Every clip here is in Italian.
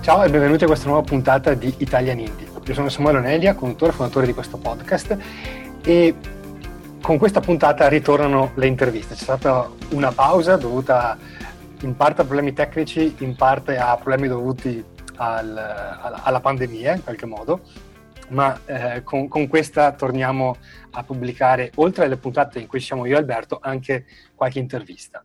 Ciao e benvenuti a questa nuova puntata di Italian Indie. Io sono Samuele Onelia, conduttore e fondatore di questo podcast, e con questa puntata ritornano le interviste. C'è stata una pausa dovuta in parte a problemi tecnici, in parte a problemi dovuti alla pandemia in qualche modo, ma con questa torniamo a pubblicare, oltre alle puntate in cui siamo io e Alberto, anche qualche intervista.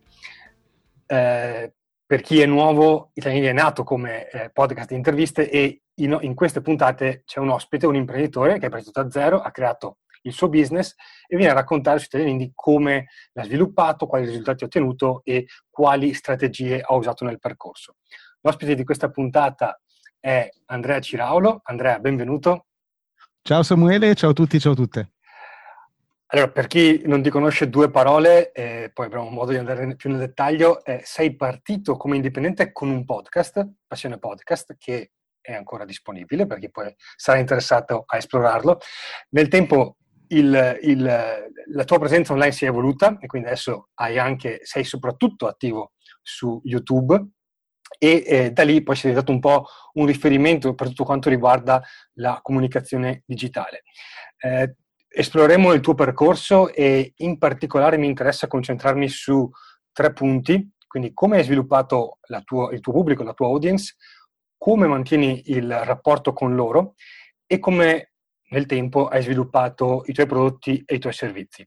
Per chi è nuovo, Italian Indie è nato come podcast di interviste e in queste puntate c'è un ospite, un imprenditore che è partito da zero, ha creato il suo business e viene a raccontare su Italian Indie come l'ha sviluppato, quali risultati ha ottenuto e quali strategie ha usato nel percorso. L'ospite di questa puntata è Andrea Ciraulo. Andrea, benvenuto. Ciao Samuele, ciao a tutti, ciao a tutte. Allora, per chi non ti conosce, due parole, poi avremo modo di andare più nel dettaglio. Sei partito come indipendente con un podcast, Passione Podcast, che è ancora disponibile per chi poi sarà interessato a esplorarlo. Nel tempo la tua presenza online si è evoluta e quindi adesso sei soprattutto attivo su YouTube e da lì poi sei diventato un po' un riferimento per tutto quanto riguarda la comunicazione digitale. Esploreremo il tuo percorso e in particolare mi interessa concentrarmi su 3 punti, quindi come hai sviluppato il tuo pubblico, la tua audience, come mantieni il rapporto con loro e come nel tempo hai sviluppato i tuoi prodotti e i tuoi servizi.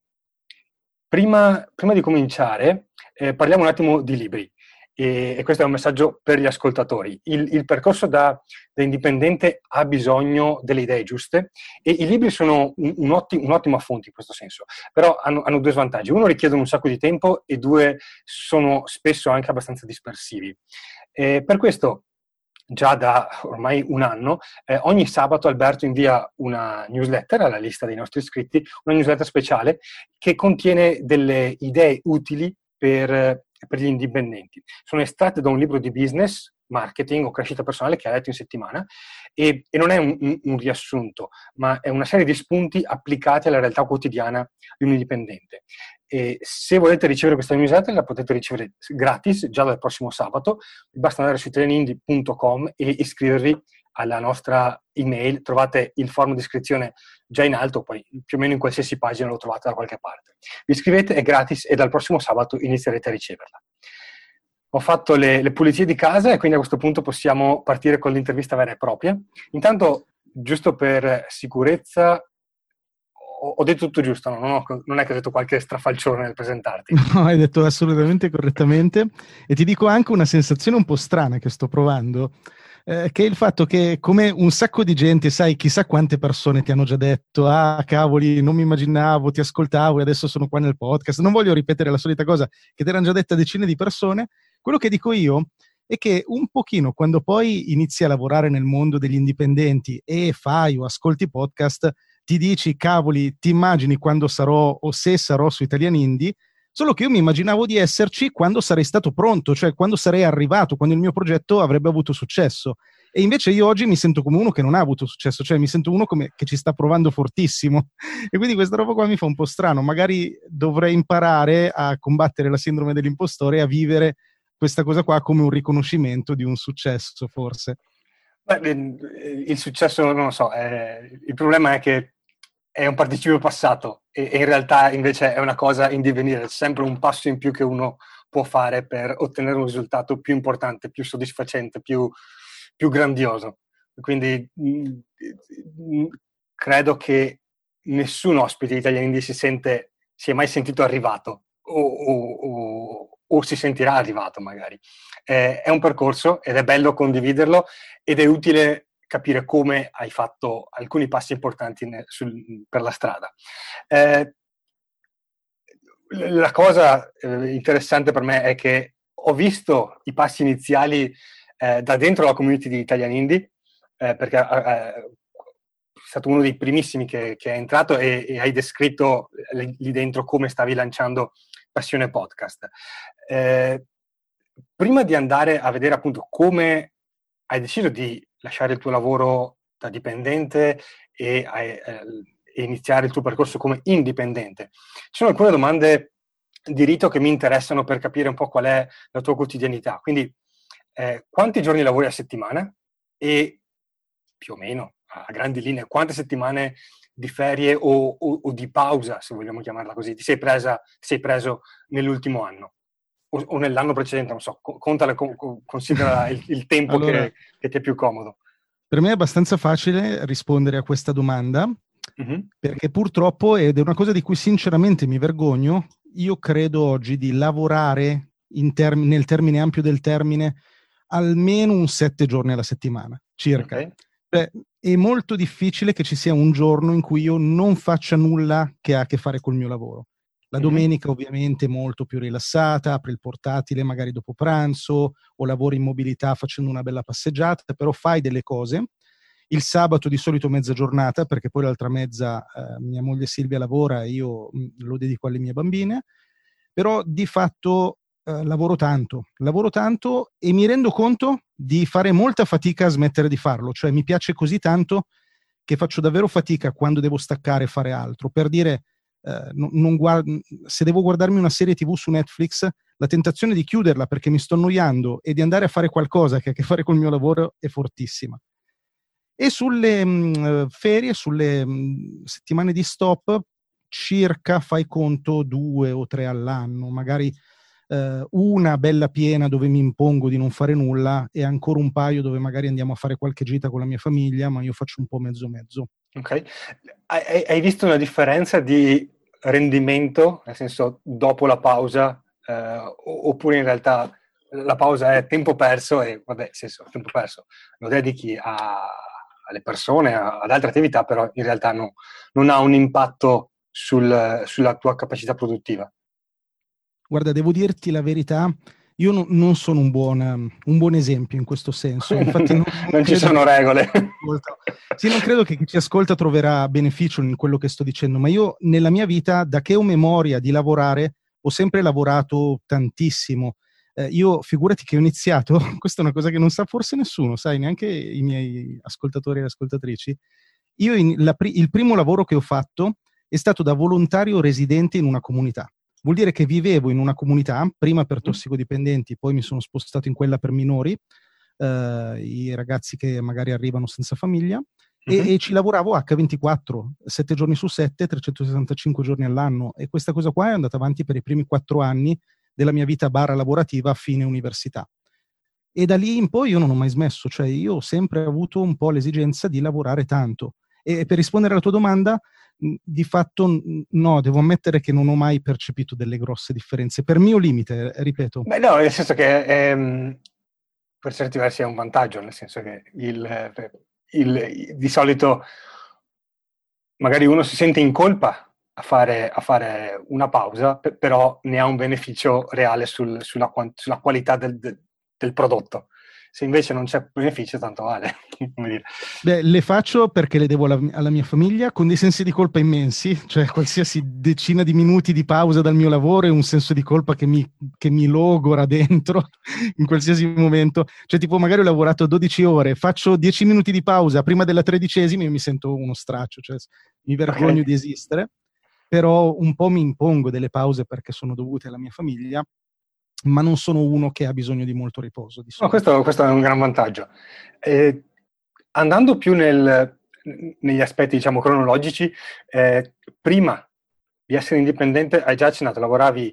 Prima di cominciare parliamo un attimo di libri. E questo è un messaggio per gli ascoltatori. Il percorso da indipendente ha bisogno delle idee giuste e i libri sono un'ottima fonte in questo senso, però hanno 2 svantaggi. Uno, richiedono un sacco di tempo e 2, sono spesso anche abbastanza dispersivi. Per questo, già da ormai un anno, ogni sabato Alberto invia una newsletter alla lista dei nostri iscritti, una newsletter speciale che contiene delle idee utili per gli indipendenti. Sono estratte da un libro di business, marketing o crescita personale che ha letto in settimana e non è un riassunto, ma è una serie di spunti applicati alla realtà quotidiana di un indipendente. E se volete ricevere questa newsletter la potete ricevere gratis già dal prossimo sabato, basta andare su italianindie.com e iscrivervi alla nostra email. Trovate il form di iscrizione già in alto, poi più o meno in qualsiasi pagina lo trovate da qualche parte. Vi iscrivete, è gratis e dal prossimo sabato inizierete a riceverla. Ho fatto le pulizie di casa e quindi a questo punto possiamo partire con l'intervista vera e propria. Intanto, giusto per sicurezza, ho detto tutto giusto, no? Non è che ho detto qualche strafalcione nel presentarti. No, hai detto assolutamente correttamente e ti dico anche una sensazione un po' strana che sto provando, che è il fatto che come un sacco di gente, sai, chissà quante persone ti hanno già detto ah cavoli, non mi immaginavo, ti ascoltavo e adesso sono qua nel podcast. Non voglio ripetere la solita cosa che ti erano già dette decine di persone. Quello che dico io è che un pochino quando poi inizi a lavorare nel mondo degli indipendenti e fai o ascolti podcast, ti dici cavoli, ti immagini quando sarò o se sarò su Italian Indie, solo che io mi immaginavo di esserci quando sarei stato pronto, cioè quando sarei arrivato, quando il mio progetto avrebbe avuto successo. E invece io oggi mi sento come uno che non ha avuto successo, cioè mi sento uno che ci sta provando fortissimo. E quindi questa roba qua mi fa un po' strano. Magari dovrei imparare a combattere la sindrome dell'impostore e a vivere questa cosa qua come un riconoscimento di un successo, forse. Beh, il successo non lo so, il problema è che è un participio passato e in realtà invece è una cosa in divenire, è sempre un passo in più che uno può fare per ottenere un risultato più importante, più soddisfacente, più grandioso. Quindi credo che nessun ospite di Italian Indie si è mai sentito arrivato o si sentirà arrivato magari. È un percorso ed è bello condividerlo ed è utile capire come hai fatto alcuni passi importanti per la strada. La cosa interessante per me è che ho visto i passi iniziali da dentro la community di Italian Indie, perché è stato uno dei primissimi che è entrato e hai descritto lì dentro come stavi lanciando Passione Podcast. Prima di andare a vedere appunto come hai deciso di lasciare il tuo lavoro da dipendente e iniziare il tuo percorso come indipendente, ci sono alcune domande di rito che mi interessano per capire un po' qual è la tua quotidianità. Quindi, quanti giorni lavori a settimana? E più o meno, a grandi linee, quante settimane di ferie o di pausa, se vogliamo chiamarla così, ti sei preso nell'ultimo anno? O nell'anno precedente, non so, considera il tempo Allora, che ti è più comodo. per me è abbastanza facile rispondere a questa domanda, Mm-hmm. perché purtroppo, ed è una cosa di cui sinceramente mi vergogno, io credo oggi di lavorare nel termine ampio del termine almeno un 7 giorni alla settimana, circa. Okay. Cioè, è molto difficile che ci sia un giorno in cui io non faccia nulla che ha a che fare col mio lavoro. La domenica ovviamente è molto più rilassata, apri il portatile magari dopo pranzo o lavori in mobilità facendo una bella passeggiata, però fai delle cose. Il sabato di solito mezza giornata, perché poi l'altra mezza mia moglie Silvia lavora e io lo dedico alle mie bambine, però di fatto lavoro tanto e mi rendo conto di fare molta fatica a smettere di farlo, cioè mi piace così tanto che faccio davvero fatica quando devo staccare e fare altro. Per dire, se devo guardarmi una serie TV su Netflix, la tentazione di chiuderla perché mi sto annoiando e di andare a fare qualcosa che ha a che fare col mio lavoro è fortissima. E sulle ferie, sulle settimane di stop, circa fai conto 2 o 3 all'anno, magari una bella piena dove mi impongo di non fare nulla e ancora un paio dove magari andiamo a fare qualche gita con la mia famiglia, ma io faccio un po' mezzo mezzo. Ok. Hai visto una differenza di rendimento, nel senso dopo la pausa, oppure in realtà la pausa è tempo perso e vabbè, nel senso, tempo perso lo dedichi alle persone, ad altre attività, però in realtà non ha un impatto sulla tua capacità produttiva. Guarda, devo dirti la verità, io non sono un buon esempio in questo senso, infatti Non ci sono regole. Sì, non credo che chi ci ascolta troverà beneficio in quello che sto dicendo, ma io nella mia vita, da che ho memoria di lavorare, ho sempre lavorato tantissimo. Io, figurati che ho iniziato, questa è una cosa che non sa forse nessuno, sai, neanche i miei ascoltatori e ascoltatrici. Io il primo lavoro che ho fatto è stato da volontario residente in una comunità. Vuol dire che vivevo in una comunità, prima per tossicodipendenti, poi mi sono spostato in quella per minori, i ragazzi che magari arrivano senza famiglia, e ci lavoravo H24, 7 giorni su 7, 365 giorni all'anno, e questa cosa qua è andata avanti per i primi 4 anni della mia vita lavorativa a fine università. E da lì in poi io non ho mai smesso, cioè io ho sempre avuto un po' l'esigenza di lavorare tanto. E per rispondere alla tua domanda, di fatto no, devo ammettere che non ho mai percepito delle grosse differenze, per mio limite, ripeto. Beh, no, nel senso che per certi versi è un vantaggio, nel senso che di solito magari uno si sente in colpa a fare una pausa, però ne ha un beneficio reale sulla qualità del prodotto. Se invece non c'è beneficio, tanto vale. Come dire. Beh, le faccio perché le devo alla mia famiglia, con dei sensi di colpa immensi, cioè qualsiasi decina di minuti di pausa dal mio lavoro è un senso di colpa che mi logora dentro in qualsiasi momento. Cioè tipo magari ho lavorato 12 ore, faccio 10 minuti di pausa prima della 13ª e mi sento uno straccio, cioè mi vergogno di esistere, però un po' mi impongo delle pause perché sono dovute alla mia famiglia, ma non sono uno che ha bisogno di molto riposo. No, questo è un gran vantaggio. Andando più negli aspetti, diciamo, cronologici, prima di essere indipendente hai già accennato, lavoravi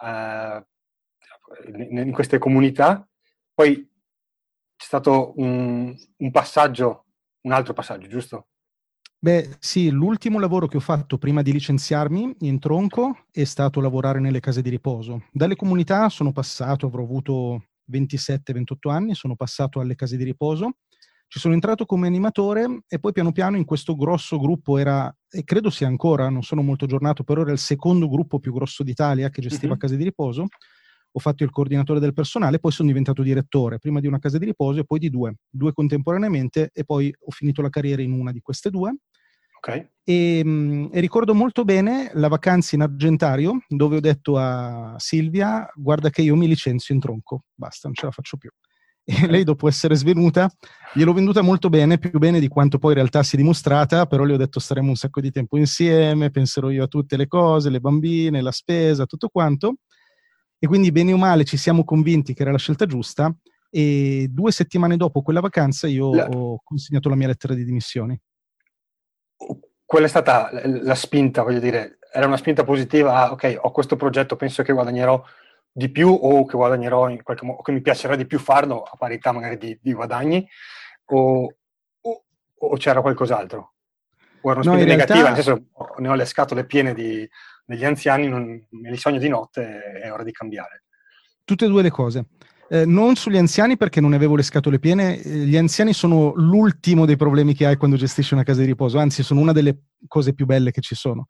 in queste comunità, poi c'è stato un altro passaggio, giusto? Beh, sì, l'ultimo lavoro che ho fatto prima di licenziarmi in tronco è stato lavorare nelle case di riposo. Dalle comunità sono passato, avrò avuto 27-28 anni, sono passato alle case di riposo, ci sono entrato come animatore e poi piano piano in questo grosso gruppo e credo sia ancora, non sono molto aggiornato, però era il secondo gruppo più grosso d'Italia che gestiva case di riposo. Ho fatto il coordinatore del personale, poi sono diventato direttore, prima di una casa di riposo e poi di due contemporaneamente, e poi ho finito la carriera in una di queste due. Okay. E ricordo molto bene la vacanza in Argentario, dove ho detto a Silvia: guarda che io mi licenzio in tronco, basta, non ce la faccio più. E lei, dopo essere svenuta, gliel'ho venduta molto bene, più bene di quanto poi in realtà si è dimostrata, però le ho detto staremo un sacco di tempo insieme, penserò io a tutte le cose, le bambine, la spesa, tutto quanto, e quindi bene o male ci siamo convinti che era la scelta giusta, e 2 settimane dopo quella vacanza io La- ho consegnato la mia lettera di dimissioni. Quella è stata la spinta, voglio dire, era una spinta positiva, ok, ho questo progetto, penso che guadagnerò di più o che guadagnerò in qualche modo, che mi piacerà di più farlo a parità magari di guadagni, o c'era qualcos'altro? O era una No, in spinta negativa, realtà nel senso ne ho le scatole piene degli anziani, me li sogno di notte, è ora di cambiare. tutte e due le cose. Non sugli anziani perché non ne avevo le scatole piene. Gli anziani sono l'ultimo dei problemi che hai quando gestisci una casa di riposo, anzi sono una delle cose più belle che ci sono.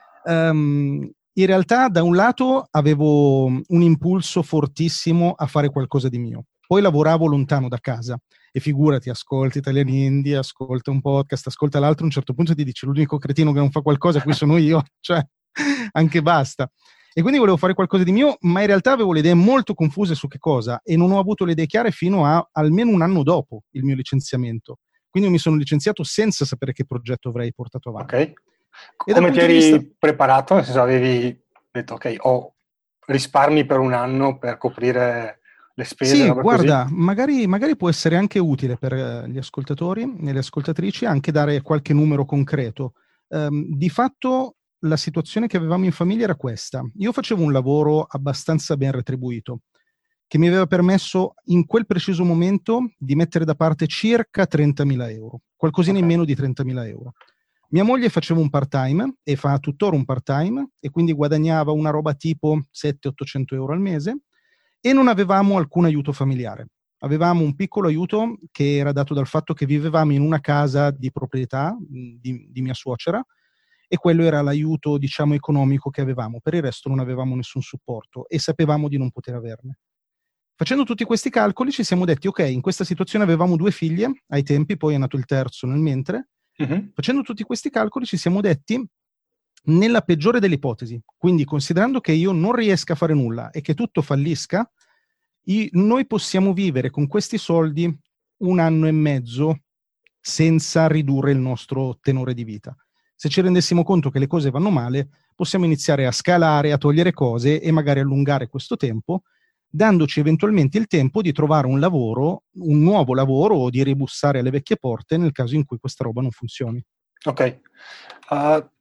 In realtà da un lato avevo un impulso fortissimo a fare qualcosa di mio. Poi lavoravo lontano da casa e figurati, ascolta Italiani Indie, ascolta un podcast, ascolta l'altro, a un certo punto ti dici l'unico cretino che non fa qualcosa qui sono io, cioè anche basta. E quindi volevo fare qualcosa di mio, ma in realtà avevo le idee molto confuse su che cosa e non ho avuto le idee chiare fino a almeno un anno dopo il mio licenziamento. Quindi mi sono licenziato senza sapere che progetto avrei portato avanti. Ok? E dal Come ti punto di vista... eri preparato? Nel senso, avevi detto, ok, ho risparmi per un anno per coprire le spese, Sì, roba così? guarda, magari può essere anche utile per gli ascoltatori e le ascoltatrici anche dare qualche numero concreto. Di fatto la situazione che avevamo in famiglia era questa. Io facevo un lavoro abbastanza ben retribuito, che mi aveva permesso in quel preciso momento di mettere da parte circa 30.000 euro, qualcosina in Ok. meno di 30.000 euro. Mia moglie faceva un part-time e fa tuttora un part-time e quindi guadagnava una roba tipo 700-800 euro al mese e non avevamo alcun aiuto familiare. Avevamo un piccolo aiuto che era dato dal fatto che vivevamo in una casa di proprietà di mia suocera e quello era l'aiuto, diciamo, economico che avevamo. Per il resto non avevamo nessun supporto e sapevamo di non poter averne. Facendo tutti questi calcoli ci siamo detti, ok, in questa situazione avevamo 2 figlie ai tempi, poi è nato il terzo nel mentre. Mhm. Facendo tutti questi calcoli ci siamo detti, nella peggiore delle ipotesi, quindi considerando che io non riesca a fare nulla e che tutto fallisca, noi possiamo vivere con questi soldi 1 anno e mezzo senza ridurre il nostro tenore di vita. Se ci rendessimo conto che le cose vanno male, possiamo iniziare a scalare, a togliere cose e magari allungare questo tempo, dandoci eventualmente il tempo di trovare un lavoro, un nuovo lavoro o di ribussare alle vecchie porte nel caso in cui questa roba non funzioni. Ok. Uh,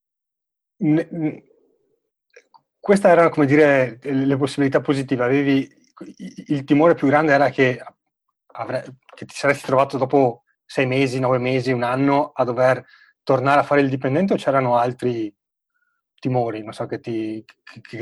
ne- n- Queste erano, come dire, le possibilità positive. Avevi il timore più grande era che ti saresti trovato dopo 6 mesi, 9 mesi, un anno a dover tornare a fare il dipendente, o c'erano altri timori? Non so, che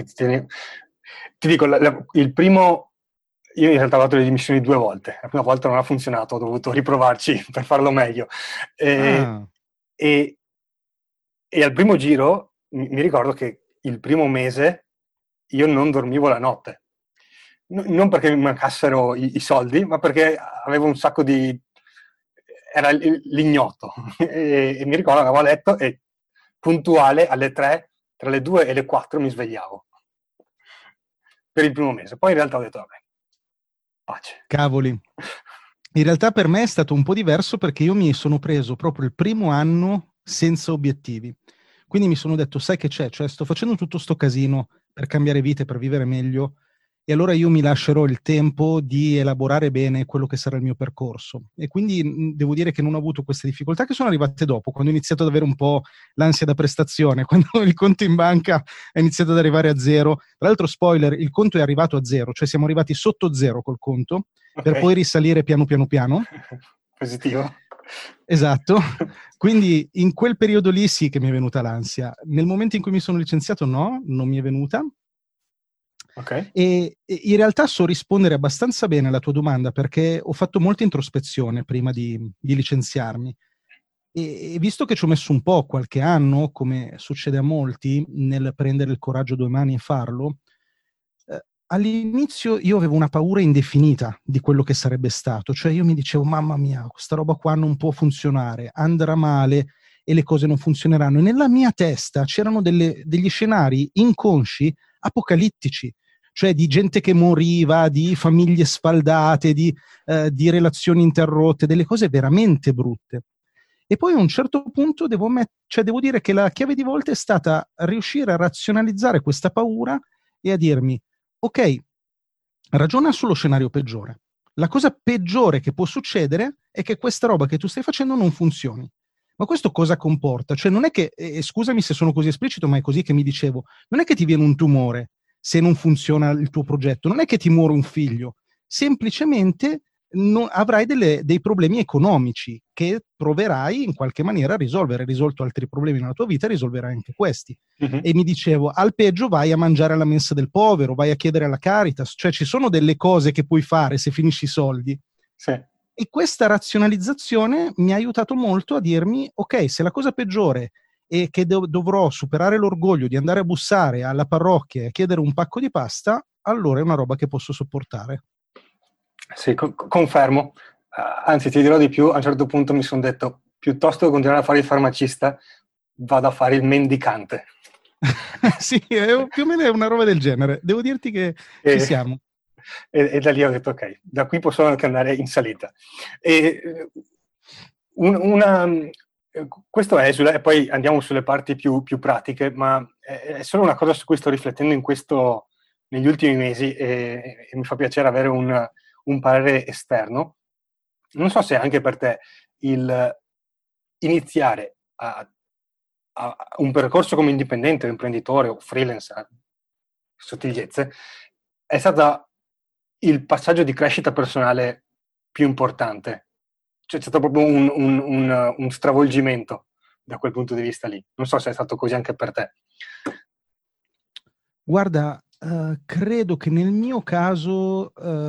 ti dico, il primo, io in realtà ho dato le dimissioni 2 volte. La prima volta non ha funzionato, ho dovuto riprovarci per farlo meglio. E, Ah, e, e al primo giro mi ricordo che il primo mese io non dormivo la notte. Non perché mi mancassero i soldi, ma perché avevo un sacco di... era l'ignoto. E mi ricordo che avevo letto e puntuale alle 3, tra le 2 e le 4 mi svegliavo. Per il primo mese. Poi in realtà ho detto, vabbè, pace. cavoli. In realtà per me è stato un po' diverso perché io mi sono preso proprio il primo anno senza obiettivi. Quindi mi sono detto, sai che c'è? Cioè sto facendo tutto sto casino per cambiare vita e per vivere meglio e allora io mi lascerò il tempo di elaborare bene quello che sarà il mio percorso. E quindi devo dire che non ho avuto queste difficoltà che sono arrivate dopo, quando ho iniziato ad avere un po' l'ansia da prestazione, quando il conto in banca è iniziato ad arrivare a zero. Tra l'altro, spoiler, il conto è arrivato a zero, cioè siamo arrivati sotto zero col conto Ok. per poi risalire piano piano piano. Positivo. Esatto. Quindi in quel periodo lì sì che mi è venuta l'ansia. Nel momento in cui mi sono licenziato no, non mi è venuta. Ok. E in realtà so rispondere abbastanza bene alla tua domanda perché ho fatto molta introspezione prima di licenziarmi. E visto che ci ho messo un po', qualche anno, come succede a molti, nel prendere il coraggio a 2 mani e farlo, all'inizio io avevo una paura indefinita di quello che sarebbe stato, cioè io mi dicevo mamma mia, questa roba qua non può funzionare, andrà male e le cose non funzioneranno. E nella mia testa c'erano degli scenari inconsci, apocalittici, cioè di gente che moriva, di famiglie sfaldate, di relazioni interrotte, delle cose veramente brutte. E poi a un certo punto devo dire che la chiave di volta è stata riuscire a razionalizzare questa paura e a dirmi ok, ragiona sullo scenario peggiore. la cosa peggiore che può succedere è che questa roba che tu stai facendo non funzioni. Ma questo cosa comporta? Cioè non è che, scusami se sono così esplicito, ma è così che mi dicevo, non è che ti viene un tumore se non funziona il tuo progetto, non è che ti muore un figlio, semplicemente avrai dei problemi economici che proverai in qualche maniera a risolvere. Hai risolto altri problemi nella tua vita, risolverai anche questi. E mi dicevo, al peggio vai a mangiare alla mensa del povero, vai a chiedere alla Caritas, cioè ci sono delle cose che puoi fare se finisci i soldi. Sì. E questa razionalizzazione mi ha aiutato molto a dirmi, ok, se la cosa peggiore è che dovrò superare l'orgoglio di andare a bussare alla parrocchia e a chiedere un pacco di pasta, allora è una roba che posso sopportare. Sì, confermo. Anzi, ti dirò di più, a un certo punto mi sono detto, piuttosto che continuare a fare il farmacista, vado a fare il mendicante. Sì, più o meno è una roba del genere. Devo dirti che ci siamo. E da lì ho detto, ok, da qui posso anche andare in salita. Questo esula, e poi andiamo sulle parti più pratiche, ma è solo una cosa su cui sto riflettendo negli ultimi mesi e mi fa piacere avere un parere esterno. Non so se anche per te il iniziare a un percorso come indipendente, imprenditore o freelance, sottigliezze, è stato il passaggio di crescita personale più importante. Cioè, c'è stato proprio un stravolgimento da quel punto di vista lì. Non so se è stato così anche per te. Guarda, credo che nel mio caso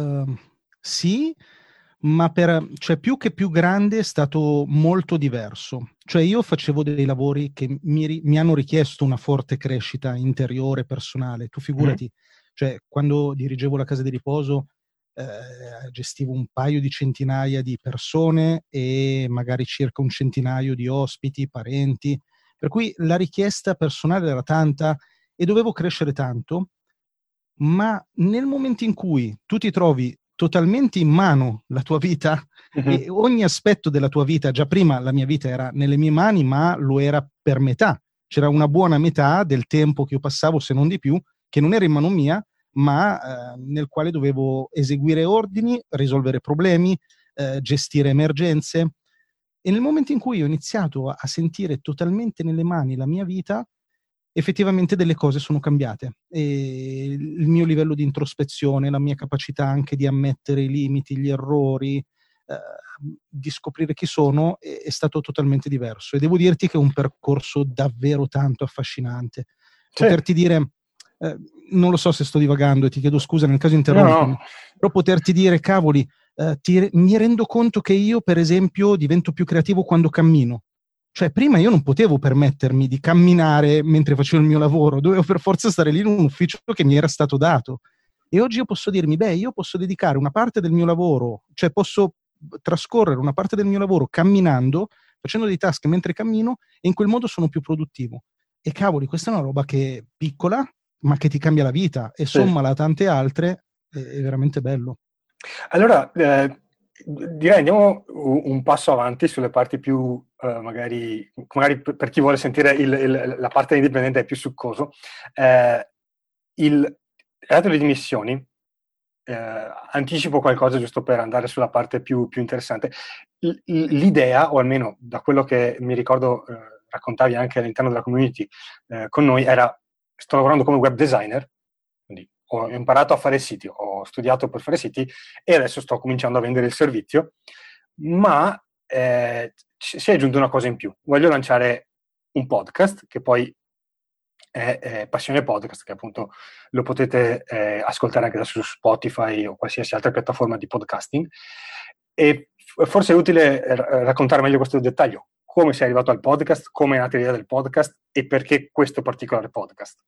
sì, ma cioè più che più grande è stato molto diverso. Cioè io facevo dei lavori che mi hanno richiesto una forte crescita interiore, personale. Tu figurati, cioè quando dirigevo la casa di riposo gestivo un paio di centinaia di persone e magari circa un centinaio di ospiti, parenti, per cui la richiesta personale era tanta e dovevo crescere tanto, ma nel momento in cui tu ti trovi totalmente in mano la tua vita e ogni aspetto della tua vita, già prima la mia vita era nelle mie mani, ma lo era per metà. C'era una buona metà del tempo che io passavo, se non di più, che non era in mano mia, ma nel quale dovevo eseguire ordini, risolvere problemi, gestire emergenze. E nel momento in cui ho iniziato a sentire totalmente nelle mani la mia vita, effettivamente delle cose sono cambiate e il mio livello di introspezione, la mia capacità anche di ammettere i limiti, gli errori, di scoprire chi sono è stato totalmente diverso. E devo dirti che è un percorso davvero tanto affascinante. Poterti dire, non lo so se sto divagando e ti chiedo scusa nel caso interrompimi, no. Però poterti dire, cavoli, mi rendo conto che io, per esempio, divento più creativo quando cammino. Cioè, prima io non potevo permettermi di camminare mentre facevo il mio lavoro, dovevo per forza stare lì in un ufficio che mi era stato dato. E oggi io posso dirmi, io posso dedicare una parte del mio lavoro, cioè posso trascorrere una parte del mio lavoro camminando, facendo dei task mentre cammino, e in quel modo sono più produttivo. E cavoli, questa è una roba che è piccola, ma che ti cambia la vita, e sommala a tante altre, è veramente bello. Allora, direi andiamo un passo avanti sulle parti più, magari per chi vuole sentire la parte indipendente è più succoso. Il dato le dimissioni, anticipo qualcosa giusto per andare sulla parte più interessante. L'idea, o almeno da quello che mi ricordo raccontavi anche all'interno della community con noi, era: sto lavorando come web designer, quindi ho imparato a fare siti, ho studiato per fare siti e adesso sto cominciando a vendere il servizio, ma si è aggiunta una cosa in più. Voglio lanciare un podcast, che poi è Passione Podcast, che appunto lo potete ascoltare anche adesso su Spotify o qualsiasi altra piattaforma di podcasting. E forse è utile raccontare meglio questo dettaglio. Come sei arrivato al podcast, come è nata l'idea del podcast e perché questo particolare podcast?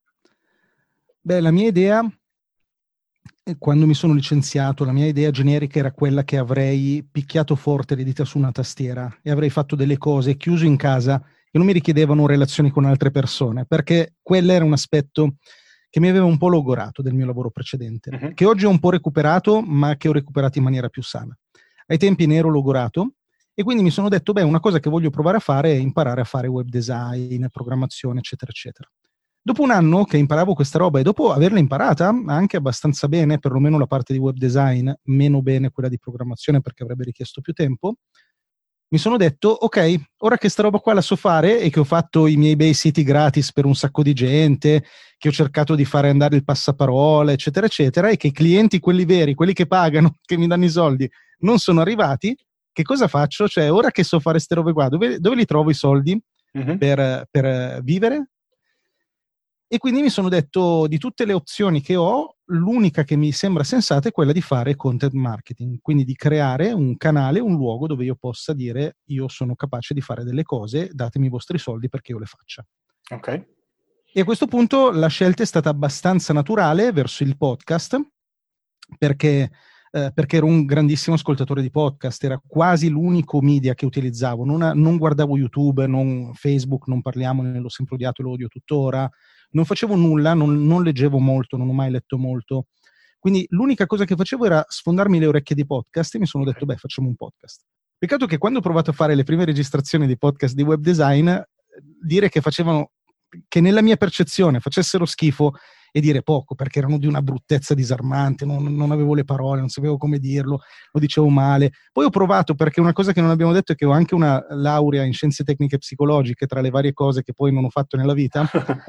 La mia idea, quando mi sono licenziato, la mia idea generica era quella che avrei picchiato forte le dita su una tastiera e avrei fatto delle cose chiuso in casa che non mi richiedevano relazioni con altre persone, perché quello era un aspetto che mi aveva un po' logorato del mio lavoro precedente, che oggi ho un po' recuperato, ma che ho recuperato in maniera più sana. Ai tempi ne ero logorato e quindi mi sono detto, una cosa che voglio provare a fare è imparare a fare web design, programmazione, eccetera, eccetera. Dopo un anno che imparavo questa roba e dopo averla imparata anche abbastanza bene, perlomeno la parte di web design, meno bene quella di programmazione perché avrebbe richiesto più tempo, mi sono detto, ok, ora che sta roba qua la so fare e che ho fatto i miei bei siti gratis per un sacco di gente, che ho cercato di fare andare il passaparola, eccetera, eccetera, e che i clienti, quelli veri, quelli che pagano, che mi danno i soldi, non sono arrivati, che cosa faccio? Cioè, ora che so fare ste robe qua, dove li trovo i soldi per vivere? E quindi mi sono detto, di tutte le opzioni che ho, l'unica che mi sembra sensata è quella di fare content marketing, quindi di creare un canale, un luogo dove io possa dire io sono capace di fare delle cose, datemi i vostri soldi perché io le faccia. Ok. E a questo punto la scelta è stata abbastanza naturale verso il podcast, perché ero un grandissimo ascoltatore di podcast, era quasi l'unico media che utilizzavo, non guardavo YouTube, non Facebook, non parliamo, l'ho sempre odiato e lo odio tuttora, non facevo nulla, non leggevo molto, non ho mai letto molto, quindi l'unica cosa che facevo era sfondarmi le orecchie di podcast e mi sono detto, beh, facciamo un podcast. Peccato che quando ho provato a fare le prime registrazioni di podcast di web design, dire che facevano, che nella mia percezione facessero schifo e dire poco, perché erano di una bruttezza disarmante, non avevo le parole, non sapevo come dirlo, lo dicevo male. Poi ho provato, perché una cosa che non abbiamo detto è che ho anche una laurea in scienze tecniche psicologiche, tra le varie cose che poi non ho fatto nella vita,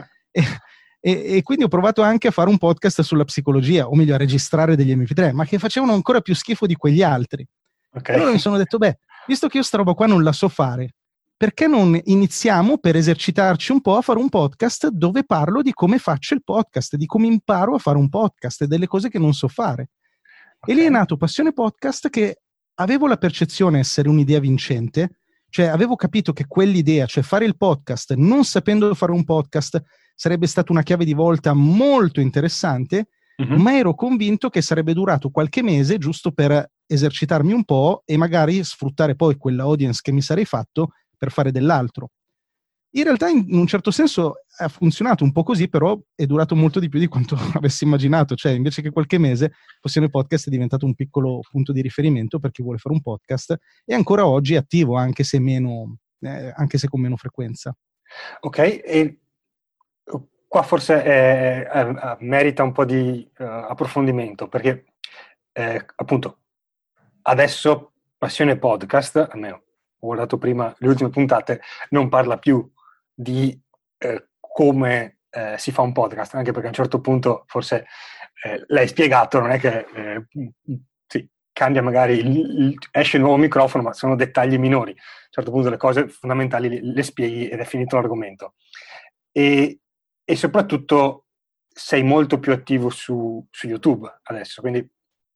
e quindi ho provato anche a fare un podcast sulla psicologia, o meglio a registrare degli MP3, ma che facevano ancora più schifo di quegli altri. Ok. E allora mi sono detto, beh, visto che io sta roba qua non la so fare, perché non iniziamo per esercitarci un po' a fare un podcast dove parlo di come faccio il podcast, di come imparo a fare un podcast e delle cose che non so fare. E lì è Ok. nato Passione Podcast, che avevo la percezione essere un'idea vincente, cioè avevo capito che quell'idea, cioè fare il podcast non sapendo fare un podcast, sarebbe stata una chiave di volta molto interessante, ma ero convinto che sarebbe durato qualche mese giusto per esercitarmi un po' e magari sfruttare poi quella audience che mi sarei fatto per fare dell'altro. In realtà in un certo senso ha funzionato un po' così, però è durato molto di più di quanto avessi immaginato, cioè invece che qualche mese Passione Podcast è diventato un piccolo punto di riferimento per chi vuole fare un podcast e ancora oggi è attivo anche se anche se con meno frequenza. Ok, e qua forse merita un po' di approfondimento, perché appunto adesso Passione Podcast, almeno ho guardato prima le ultime puntate, non parla più di come si fa un podcast, anche perché a un certo punto forse l'hai spiegato, non è che sì, cambia magari, esce il nuovo microfono, ma sono dettagli minori. A un certo punto le cose fondamentali le spieghi ed è finito l'argomento. E soprattutto sei molto più attivo su YouTube adesso, quindi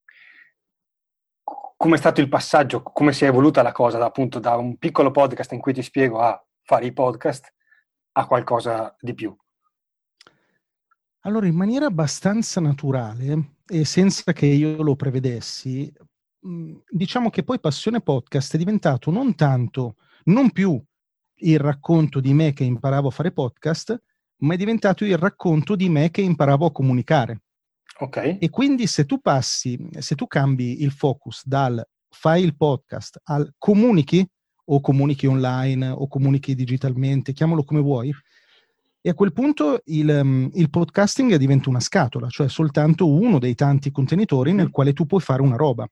come è stato il passaggio, come si è evoluta la cosa appunto da un piccolo podcast in cui ti spiego a fare i podcast a qualcosa di più? Allora, in maniera abbastanza naturale e senza che io lo prevedessi, diciamo che poi Passione Podcast è diventato non più il racconto di me che imparavo a fare podcast, ma è diventato il racconto di me che imparavo a comunicare. Ok. E quindi se tu cambi il focus dal fai il podcast al comunichi, o comunichi online, o comunichi digitalmente, chiamalo come vuoi, e a quel punto il podcasting diventa una scatola, cioè soltanto uno dei tanti contenitori nel quale tu puoi fare una roba.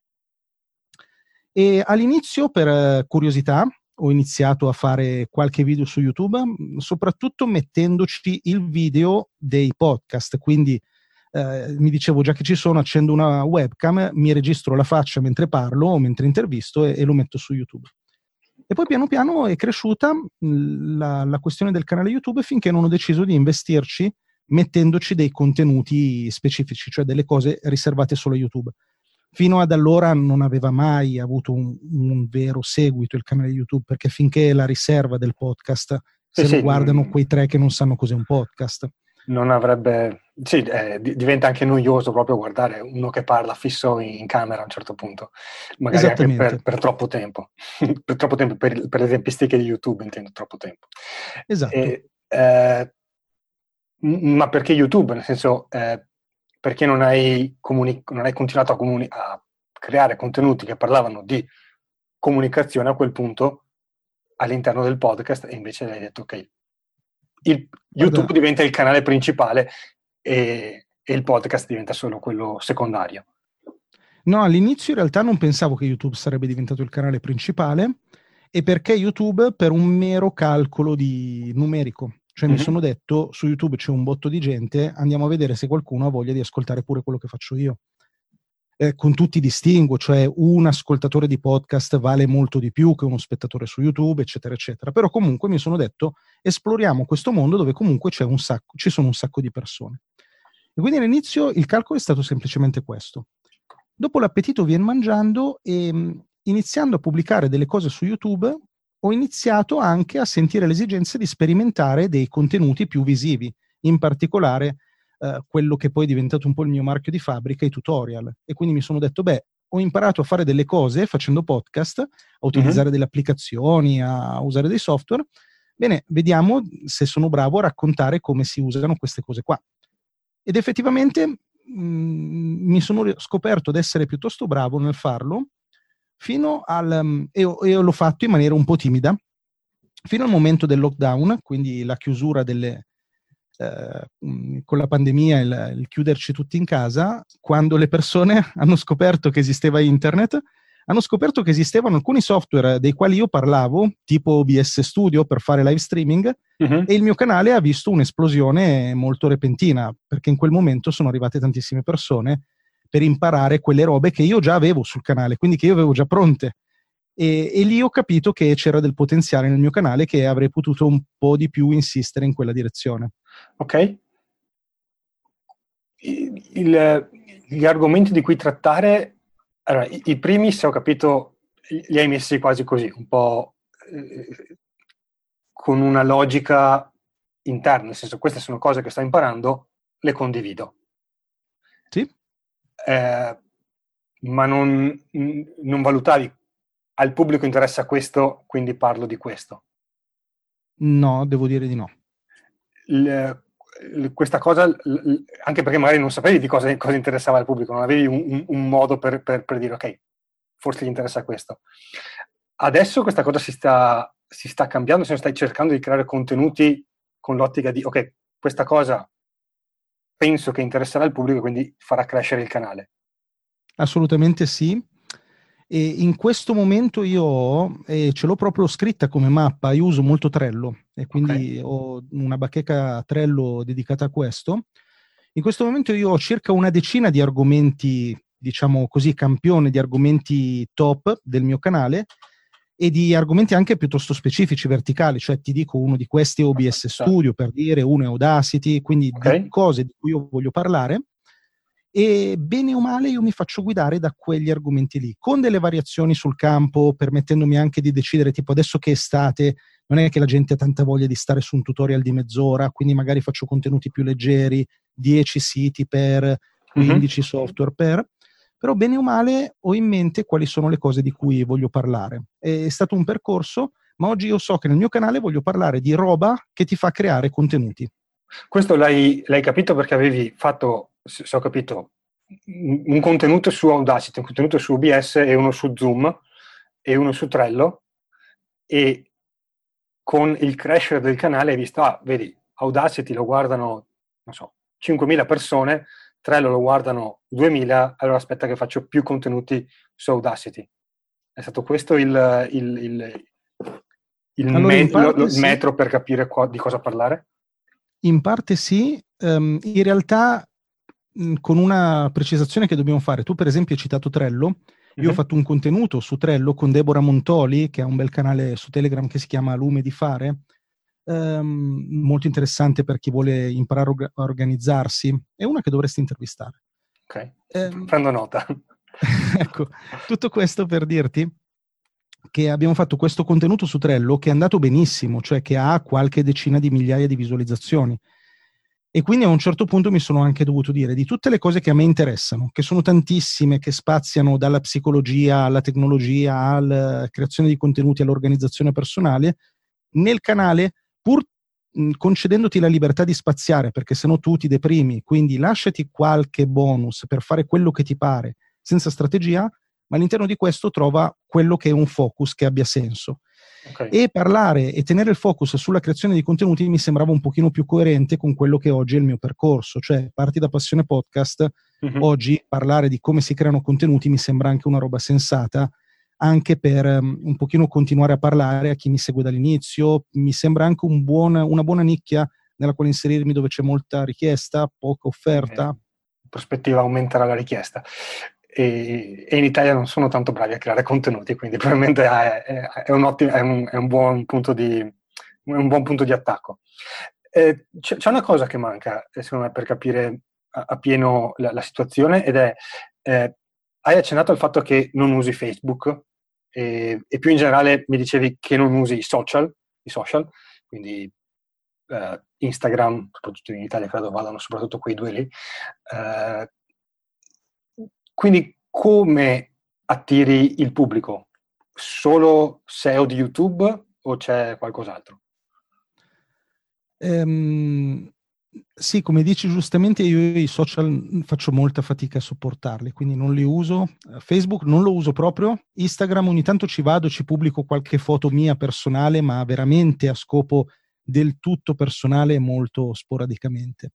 E all'inizio, per curiosità, ho iniziato a fare qualche video su YouTube, soprattutto mettendoci il video dei podcast, quindi mi dicevo, già che ci sono, accendo una webcam, mi registro la faccia mentre parlo o mentre intervisto e lo metto su YouTube. E poi piano piano è cresciuta la questione del canale YouTube finché non ho deciso di investirci mettendoci dei contenuti specifici, cioè delle cose riservate solo a YouTube. Fino ad allora non aveva mai avuto un vero seguito il canale YouTube, perché finché è la riserva del podcast, se lo Sì, guardano quei 3 che non sanno cos'è un podcast. non avrebbe... Sì, diventa anche noioso proprio guardare uno che parla fisso in camera a un certo punto, magari anche Esattamente, per troppo tempo, per troppo tempo, per le tempistiche di YouTube intendo troppo tempo. esatto. E, ma perché YouTube? Nel senso, perché non hai continuato a creare contenuti che parlavano di comunicazione a quel punto all'interno del podcast e invece hai detto ok, YouTube Guarda, diventa il canale principale e il podcast diventa solo quello secondario. no, all'inizio in realtà non pensavo che YouTube sarebbe diventato il canale principale, e perché YouTube per un mero calcolo di numerico. Cioè mi sono detto, su YouTube c'è un botto di gente, andiamo a vedere se qualcuno ha voglia di ascoltare pure quello che faccio io. Con tutti i distinguo, cioè un ascoltatore di podcast vale molto di più che uno spettatore su YouTube, eccetera, eccetera. Però comunque mi sono detto, esploriamo questo mondo dove comunque ci sono un sacco di persone. E quindi all'inizio il calcolo è stato semplicemente questo. Dopo l'appetito viene mangiando e iniziando a pubblicare delle cose su YouTube ho iniziato anche a sentire l'esigenza di sperimentare dei contenuti più visivi, in particolare quello che poi è diventato un po' il mio marchio di fabbrica, i tutorial. E quindi mi sono detto, beh, ho imparato a fare delle cose facendo podcast, a utilizzare delle applicazioni, a usare dei software. Bene, vediamo se sono bravo a raccontare come si usano queste cose qua. Ed effettivamente mi sono scoperto di essere piuttosto bravo nel farlo, e l'ho fatto in maniera un po' timida, fino al momento del lockdown, quindi la chiusura con la pandemia, il chiuderci tutti in casa, quando le persone hanno scoperto che esisteva internet, hanno scoperto che esistevano alcuni software dei quali io parlavo, tipo OBS Studio per fare live streaming, e il mio canale ha visto un'esplosione molto repentina, perché in quel momento sono arrivate tantissime persone per imparare quelle robe che io già avevo sul canale, quindi che io avevo già pronte. E lì ho capito che c'era del potenziale nel mio canale, che avrei potuto un po' di più insistere in quella direzione. Ok. Gli argomenti di cui trattare, allora, i primi, se ho capito, li hai messi quasi così, un po' con una logica interna, nel senso, queste sono cose che sto imparando, le condivido. Sì? Ma non valutavi, al pubblico interessa questo, quindi parlo di questo. No, devo dire di no. Questa cosa, anche perché magari non sapevi di cosa interessava al pubblico, non avevi un modo per dire ok, forse gli interessa questo. Adesso questa cosa si sta cambiando, se stai cercando di creare contenuti con l'ottica di ok, questa cosa penso che interesserà al pubblico, quindi farà crescere il canale. Assolutamente sì. E in questo momento io ce l'ho proprio scritta come mappa, io uso molto Trello e quindi ho una bacheca Trello dedicata a questo. In questo momento io ho circa una decina di argomenti, diciamo così, campione di argomenti top del mio canale, e di argomenti anche piuttosto specifici, verticali, cioè ti dico uno di questi è OBS Studio, per dire, uno è Audacity, quindi di cose di cui io voglio parlare, e bene o male io mi faccio guidare da quegli argomenti lì, con delle variazioni sul campo, permettendomi anche di decidere, tipo adesso che è estate, non è che la gente ha tanta voglia di stare su un tutorial di mezz'ora, quindi magari faccio contenuti più leggeri, 10 siti per 15 software per... Però bene o male ho in mente quali sono le cose di cui voglio parlare. È stato un percorso, ma oggi io so che nel mio canale voglio parlare di roba che ti fa creare contenuti. Questo l'hai capito perché avevi fatto, se ho capito, un contenuto su Audacity, un contenuto su OBS e uno su Zoom e uno su Trello, e con il crescere del canale hai visto, vedi, Audacity lo guardano, non so, 5.000 persone, Trello lo guardano 2.000, allora aspetta che faccio più contenuti su Audacity. È stato questo il Allora, in parte sì. metro per capire di cosa parlare? In parte sì, in realtà con una precisazione che dobbiamo fare. Tu per esempio hai citato Trello, io ho fatto un contenuto su Trello con Deborah Montoli, che ha un bel canale su Telegram che si chiama Lume di Fare, molto interessante per chi vuole imparare a organizzarsi, è una che dovresti intervistare. Ok, prendo nota. Ecco, tutto questo per dirti che abbiamo fatto questo contenuto su Trello che è andato benissimo, cioè che ha qualche decina di migliaia di visualizzazioni. E quindi a un certo punto mi sono anche dovuto dire di tutte le cose che a me interessano, che sono tantissime, che spaziano dalla psicologia alla tecnologia, alla creazione di contenuti, all'organizzazione personale, nel canale, pur concedendoti la libertà di spaziare, perché sennò tu ti deprimi, quindi lasciati qualche bonus per fare quello che ti pare, senza strategia, ma all'interno di questo trova quello che è un focus che abbia senso. Okay. E parlare e tenere il focus sulla creazione di contenuti mi sembrava un pochino più coerente con quello che oggi è il mio percorso, cioè parti da Passione Podcast, oggi parlare di come si creano contenuti mi sembra anche una roba sensata, anche per un pochino continuare a parlare a chi mi segue dall'inizio, mi sembra anche una buona nicchia nella quale inserirmi, dove c'è molta richiesta, poca offerta. In prospettiva aumenterà la richiesta. E in Italia non sono tanto bravi a creare contenuti, quindi probabilmente è un buon punto di attacco. C'è una cosa che manca, secondo me, per capire a pieno la situazione, ed è, hai accennato al fatto che non usi Facebook, e più in generale mi dicevi che non usi i social, quindi Instagram, soprattutto in Italia credo vadano soprattutto quei due lì. Quindi come attiri il pubblico? Solo SEO di YouTube o c'è qualcos'altro? Sì, come dici giustamente, io i social faccio molta fatica a sopportarli, quindi non li uso. Facebook non lo uso proprio. Instagram ogni tanto ci vado, ci pubblico qualche foto mia personale, ma veramente a scopo del tutto personale e molto sporadicamente.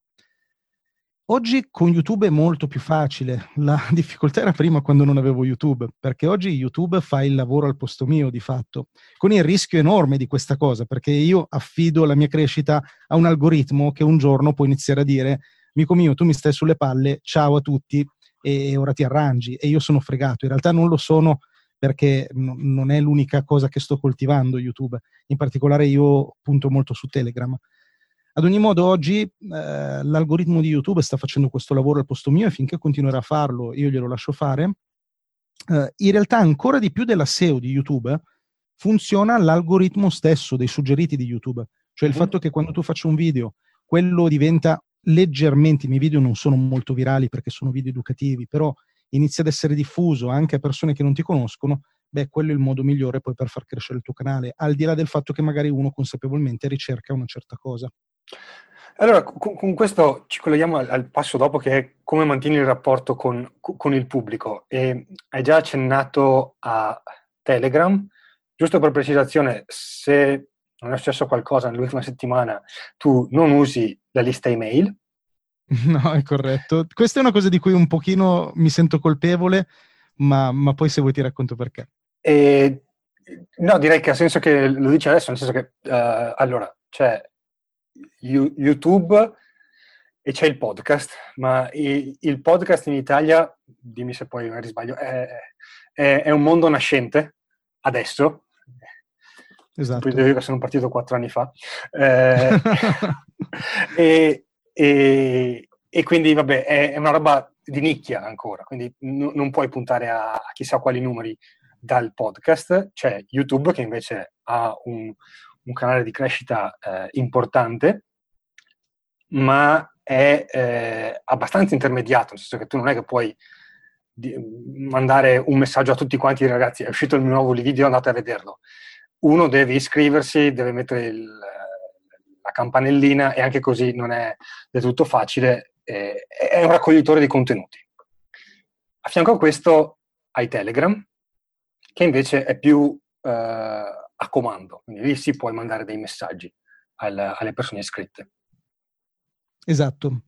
Oggi con YouTube è molto più facile. La difficoltà era prima, quando non avevo YouTube, perché oggi YouTube fa il lavoro al posto mio di fatto, con il rischio enorme di questa cosa, perché io affido la mia crescita a un algoritmo che un giorno può iniziare a dire: amico mio, tu mi stai sulle palle, ciao a tutti e ora ti arrangi. E io sono fregato. In realtà non lo sono, perché non è l'unica cosa che sto coltivando YouTube. In particolare io punto molto su Telegram. Ad ogni modo, oggi l'algoritmo di YouTube sta facendo questo lavoro al posto mio, e finché continuerà a farlo io glielo lascio fare. In realtà ancora di più della SEO di YouTube funziona l'algoritmo stesso dei suggeriti di YouTube, cioè il fatto che quando tu faccio un video, quello diventa leggermente, i miei video non sono molto virali perché sono video educativi, però inizia ad essere diffuso anche a persone che non ti conoscono, beh, quello è il modo migliore poi per far crescere il tuo canale, al di là del fatto che magari uno consapevolmente ricerca una certa cosa. Allora, con questo ci colleghiamo al passo dopo, che è come mantieni il rapporto con il pubblico. E hai già accennato a Telegram. Giusto per precisazione, se non è successo qualcosa nell'ultima settimana, tu non usi la lista email? No, è corretto. Questa è una cosa di cui un pochino mi sento colpevole, ma poi se vuoi ti racconto perché. No, direi che ha senso che lo dici adesso, nel senso che allora c'è YouTube e c'è il podcast, ma il podcast in Italia, dimmi se poi magari sbaglio, è un mondo nascente adesso. Esatto. Devo dire che sono partito 4 anni fa. E quindi vabbè, è una roba di nicchia ancora, quindi non puoi puntare a chissà quali numeri dal podcast. C'è YouTube che invece ha un canale di crescita importante, ma è abbastanza intermediato, nel senso che tu non è che puoi mandare un messaggio a tutti quanti: ragazzi, è uscito il mio nuovo video, andate a vederlo. Uno deve iscriversi, deve mettere la campanellina, e anche così non è del tutto facile. È un raccoglitore di contenuti. A fianco a questo hai Telegram, che invece è più a comando, quindi lì si puoi mandare dei messaggi alle persone iscritte. Esatto.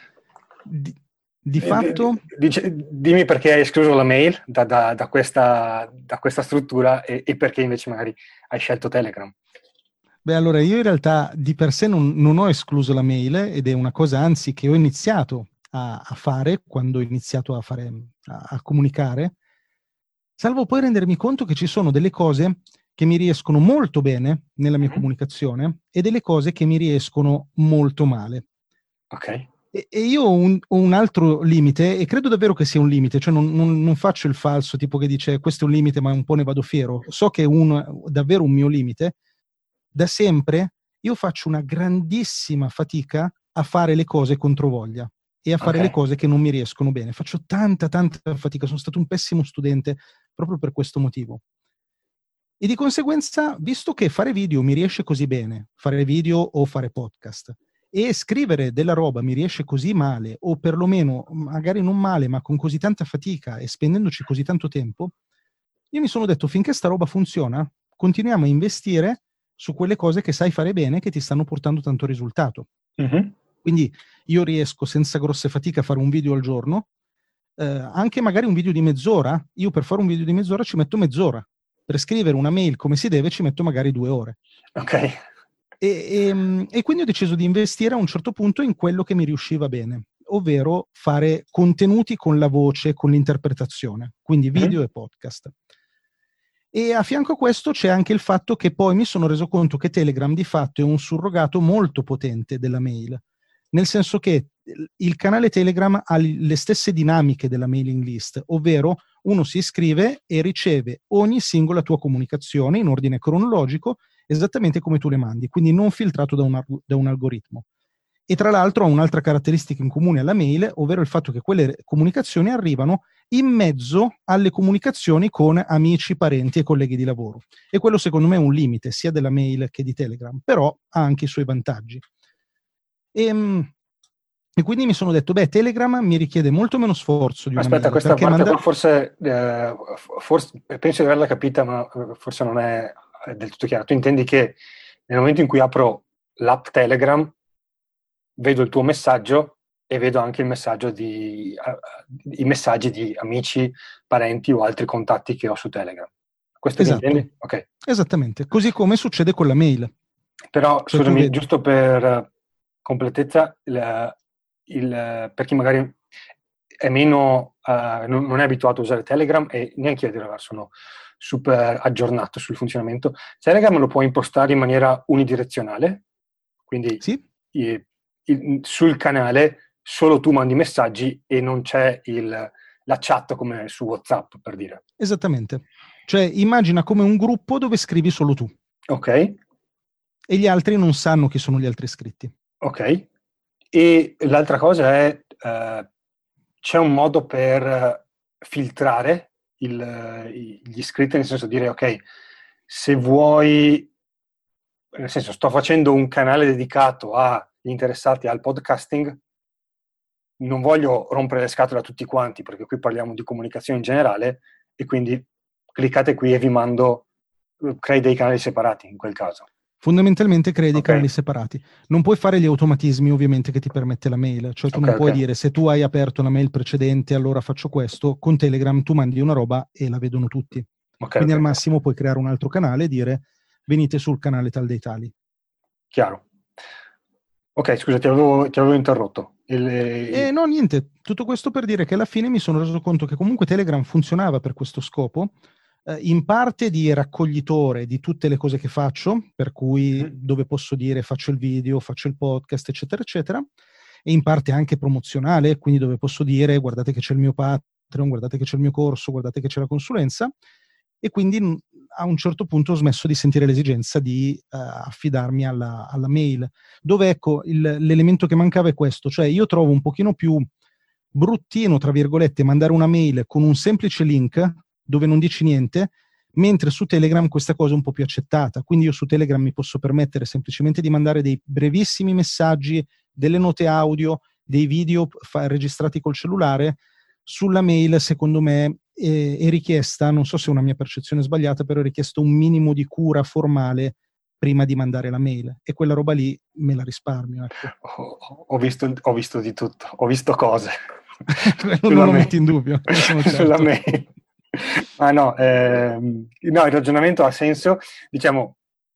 Di fatto... Dimmi perché hai escluso la mail da questa struttura, e perché invece magari hai scelto Telegram. Beh, allora io in realtà di per sé non ho escluso la mail, ed è una cosa anzi che ho iniziato a fare quando ho iniziato a comunicare, salvo poi rendermi conto che ci sono delle cose che mi riescono molto bene nella mia comunicazione e delle cose che mi riescono molto male. Ok. E io ho un altro limite, e credo davvero che sia un limite, cioè non faccio il falso tipo che dice questo è un limite ma un po' ne vado fiero. So che è davvero un mio limite. Da sempre io faccio una grandissima fatica a fare le cose controvoglia e a fare le cose che non mi riescono bene. Faccio tanta fatica, sono stato un pessimo studente proprio per questo motivo. E di conseguenza, visto che fare video mi riesce così bene, fare video o fare podcast, e scrivere della roba mi riesce così male, o perlomeno magari non male, ma con così tanta fatica e spendendoci così tanto tempo, io mi sono detto: finché sta roba funziona, continuiamo a investire su quelle cose che sai fare bene, che ti stanno portando tanto risultato. Quindi io riesco senza grosse fatiche a fare un video al giorno, anche magari un video di mezz'ora. Io per fare un video di mezz'ora ci metto mezz'ora, per scrivere una mail come si deve ci metto magari 2 ore. Ok. E quindi ho deciso di investire a un certo punto in quello che mi riusciva bene, ovvero fare contenuti con la voce, con l'interpretazione, quindi video e podcast. E a fianco a questo c'è anche il fatto che poi mi sono reso conto che Telegram di fatto è un surrogato molto potente della mail, nel senso che il canale Telegram ha le stesse dinamiche della mailing list, ovvero uno si iscrive e riceve ogni singola tua comunicazione in ordine cronologico, esattamente come tu le mandi, quindi non filtrato da un algoritmo. E tra l'altro ha un'altra caratteristica in comune alla mail, ovvero il fatto che quelle comunicazioni arrivano in mezzo alle comunicazioni con amici, parenti e colleghi di lavoro. E quello secondo me è un limite sia della mail che di Telegram, però ha anche i suoi vantaggi. E quindi mi sono detto, Telegram mi richiede molto meno sforzo di una Aspetta, mail. questa parte qua forse penso di averla capita, ma forse non è del tutto chiaro. Tu intendi che nel momento in cui apro l'app Telegram, vedo il tuo messaggio e vedo anche il messaggio i messaggi di amici, parenti o altri contatti che ho su Telegram. Questo esatto. Che intendi? Ok. Esattamente, così come succede con la mail. Però, scusami, giusto per completezza, per chi magari è meno, non è abituato a usare Telegram, e neanche io a dire la verità sono super aggiornato sul funzionamento. Telegram lo puoi impostare in maniera unidirezionale, quindi sì? Sul canale solo tu mandi messaggi e non c'è la chat come su WhatsApp, per dire. Esattamente. Cioè, immagina come un gruppo dove scrivi solo tu. Ok. E gli altri non sanno chi sono gli altri iscritti. Ok. E l'altra cosa è, c'è un modo per filtrare gli iscritti, nel senso di dire, ok, se vuoi, nel senso, sto facendo un canale dedicato agli interessati al podcasting, non voglio rompere le scatole a tutti quanti, perché qui parliamo di comunicazione in generale, e quindi cliccate qui e vi mando, crei dei canali separati in quel caso. Fondamentalmente crei dei canali separati. Non puoi fare gli automatismi ovviamente che ti permette la mail, cioè tu non puoi dire se tu hai aperto la mail precedente allora faccio questo. Con Telegram tu mandi una roba e la vedono tutti. Quindi al massimo puoi creare un altro canale e dire venite sul canale tal dei tali. Chiaro. Ok, scusa, ti avevo interrotto. No, niente, tutto questo per dire che alla fine mi sono reso conto che comunque Telegram funzionava per questo scopo, in parte di raccoglitore di tutte le cose che faccio, per cui dove posso dire faccio il video, faccio il podcast, eccetera, eccetera, e in parte anche promozionale, quindi dove posso dire guardate che c'è il mio Patreon, guardate che c'è il mio corso, guardate che c'è la consulenza, e quindi a un certo punto ho smesso di sentire l'esigenza di affidarmi alla mail, dove ecco l'elemento che mancava è questo, cioè io trovo un pochino più bruttino, tra virgolette, mandare una mail con un semplice link dove non dici niente, mentre su Telegram questa cosa è un po' più accettata, quindi io su Telegram mi posso permettere semplicemente di mandare dei brevissimi messaggi, delle note audio, dei video registrati col cellulare. Sulla mail secondo me è richiesta, non so se è una mia percezione sbagliata, però è richiesto un minimo di cura formale prima di mandare la mail, e quella roba lì me la risparmio. Ecco. Ho visto di tutto, ho visto cose. Non lo metti in dubbio. Sulla mail. Ma no, il ragionamento ha senso. Diciamo,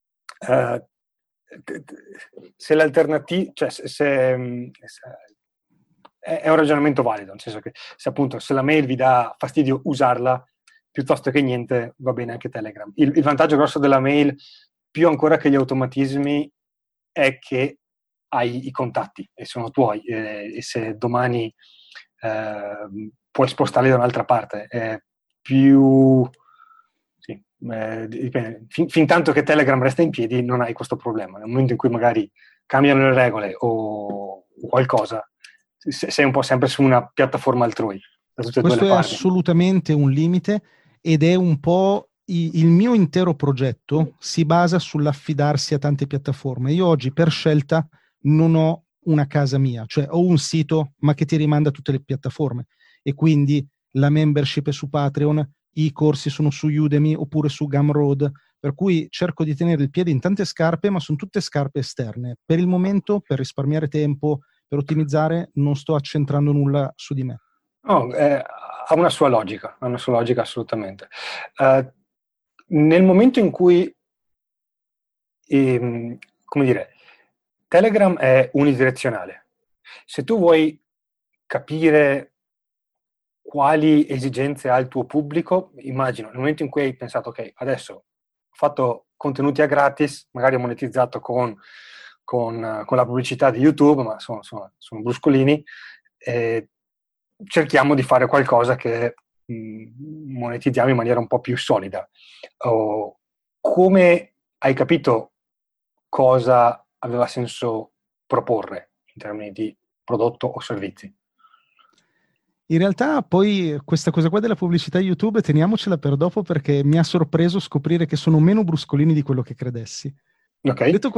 se l'alternativa, cioè se è un ragionamento valido, nel senso che se la mail vi dà fastidio usarla, piuttosto che niente, va bene anche Telegram. Il vantaggio grosso della mail, più ancora che gli automatismi, è che hai i contatti e sono tuoi, e se domani puoi spostarli da un'altra parte, è più... Sì, dipende. Fin tanto che Telegram resta in piedi non hai questo problema. Nel momento in cui magari cambiano le regole o qualcosa, sei un po' sempre su una piattaforma altrui. Questo è assolutamente un limite, ed è un po' il mio intero progetto si basa sull'affidarsi a tante piattaforme. Io oggi per scelta non ho una casa mia, cioè ho un sito ma che ti rimanda a tutte le piattaforme, e quindi la membership è su Patreon, i corsi sono su Udemy oppure su Gumroad, per cui cerco di tenere il piede in tante scarpe, ma sono tutte scarpe esterne. Per il momento, per risparmiare tempo, per ottimizzare, non sto accentrando nulla su di me. Oh, ha una sua logica assolutamente. Nel momento in cui, come dire, Telegram è unidirezionale, se tu vuoi capire quali esigenze ha il tuo pubblico, immagino, nel momento in cui hai pensato, ok, adesso ho fatto contenuti a gratis, magari ho monetizzato con la pubblicità di YouTube, ma sono bruscolini, cerchiamo di fare qualcosa che monetizziamo in maniera un po' più solida. Come hai capito cosa aveva senso proporre in termini di prodotto o servizi? In realtà poi questa cosa qua della pubblicità YouTube teniamocela per dopo, perché mi ha sorpreso scoprire che sono meno bruscolini di quello che credessi. Okay. Detto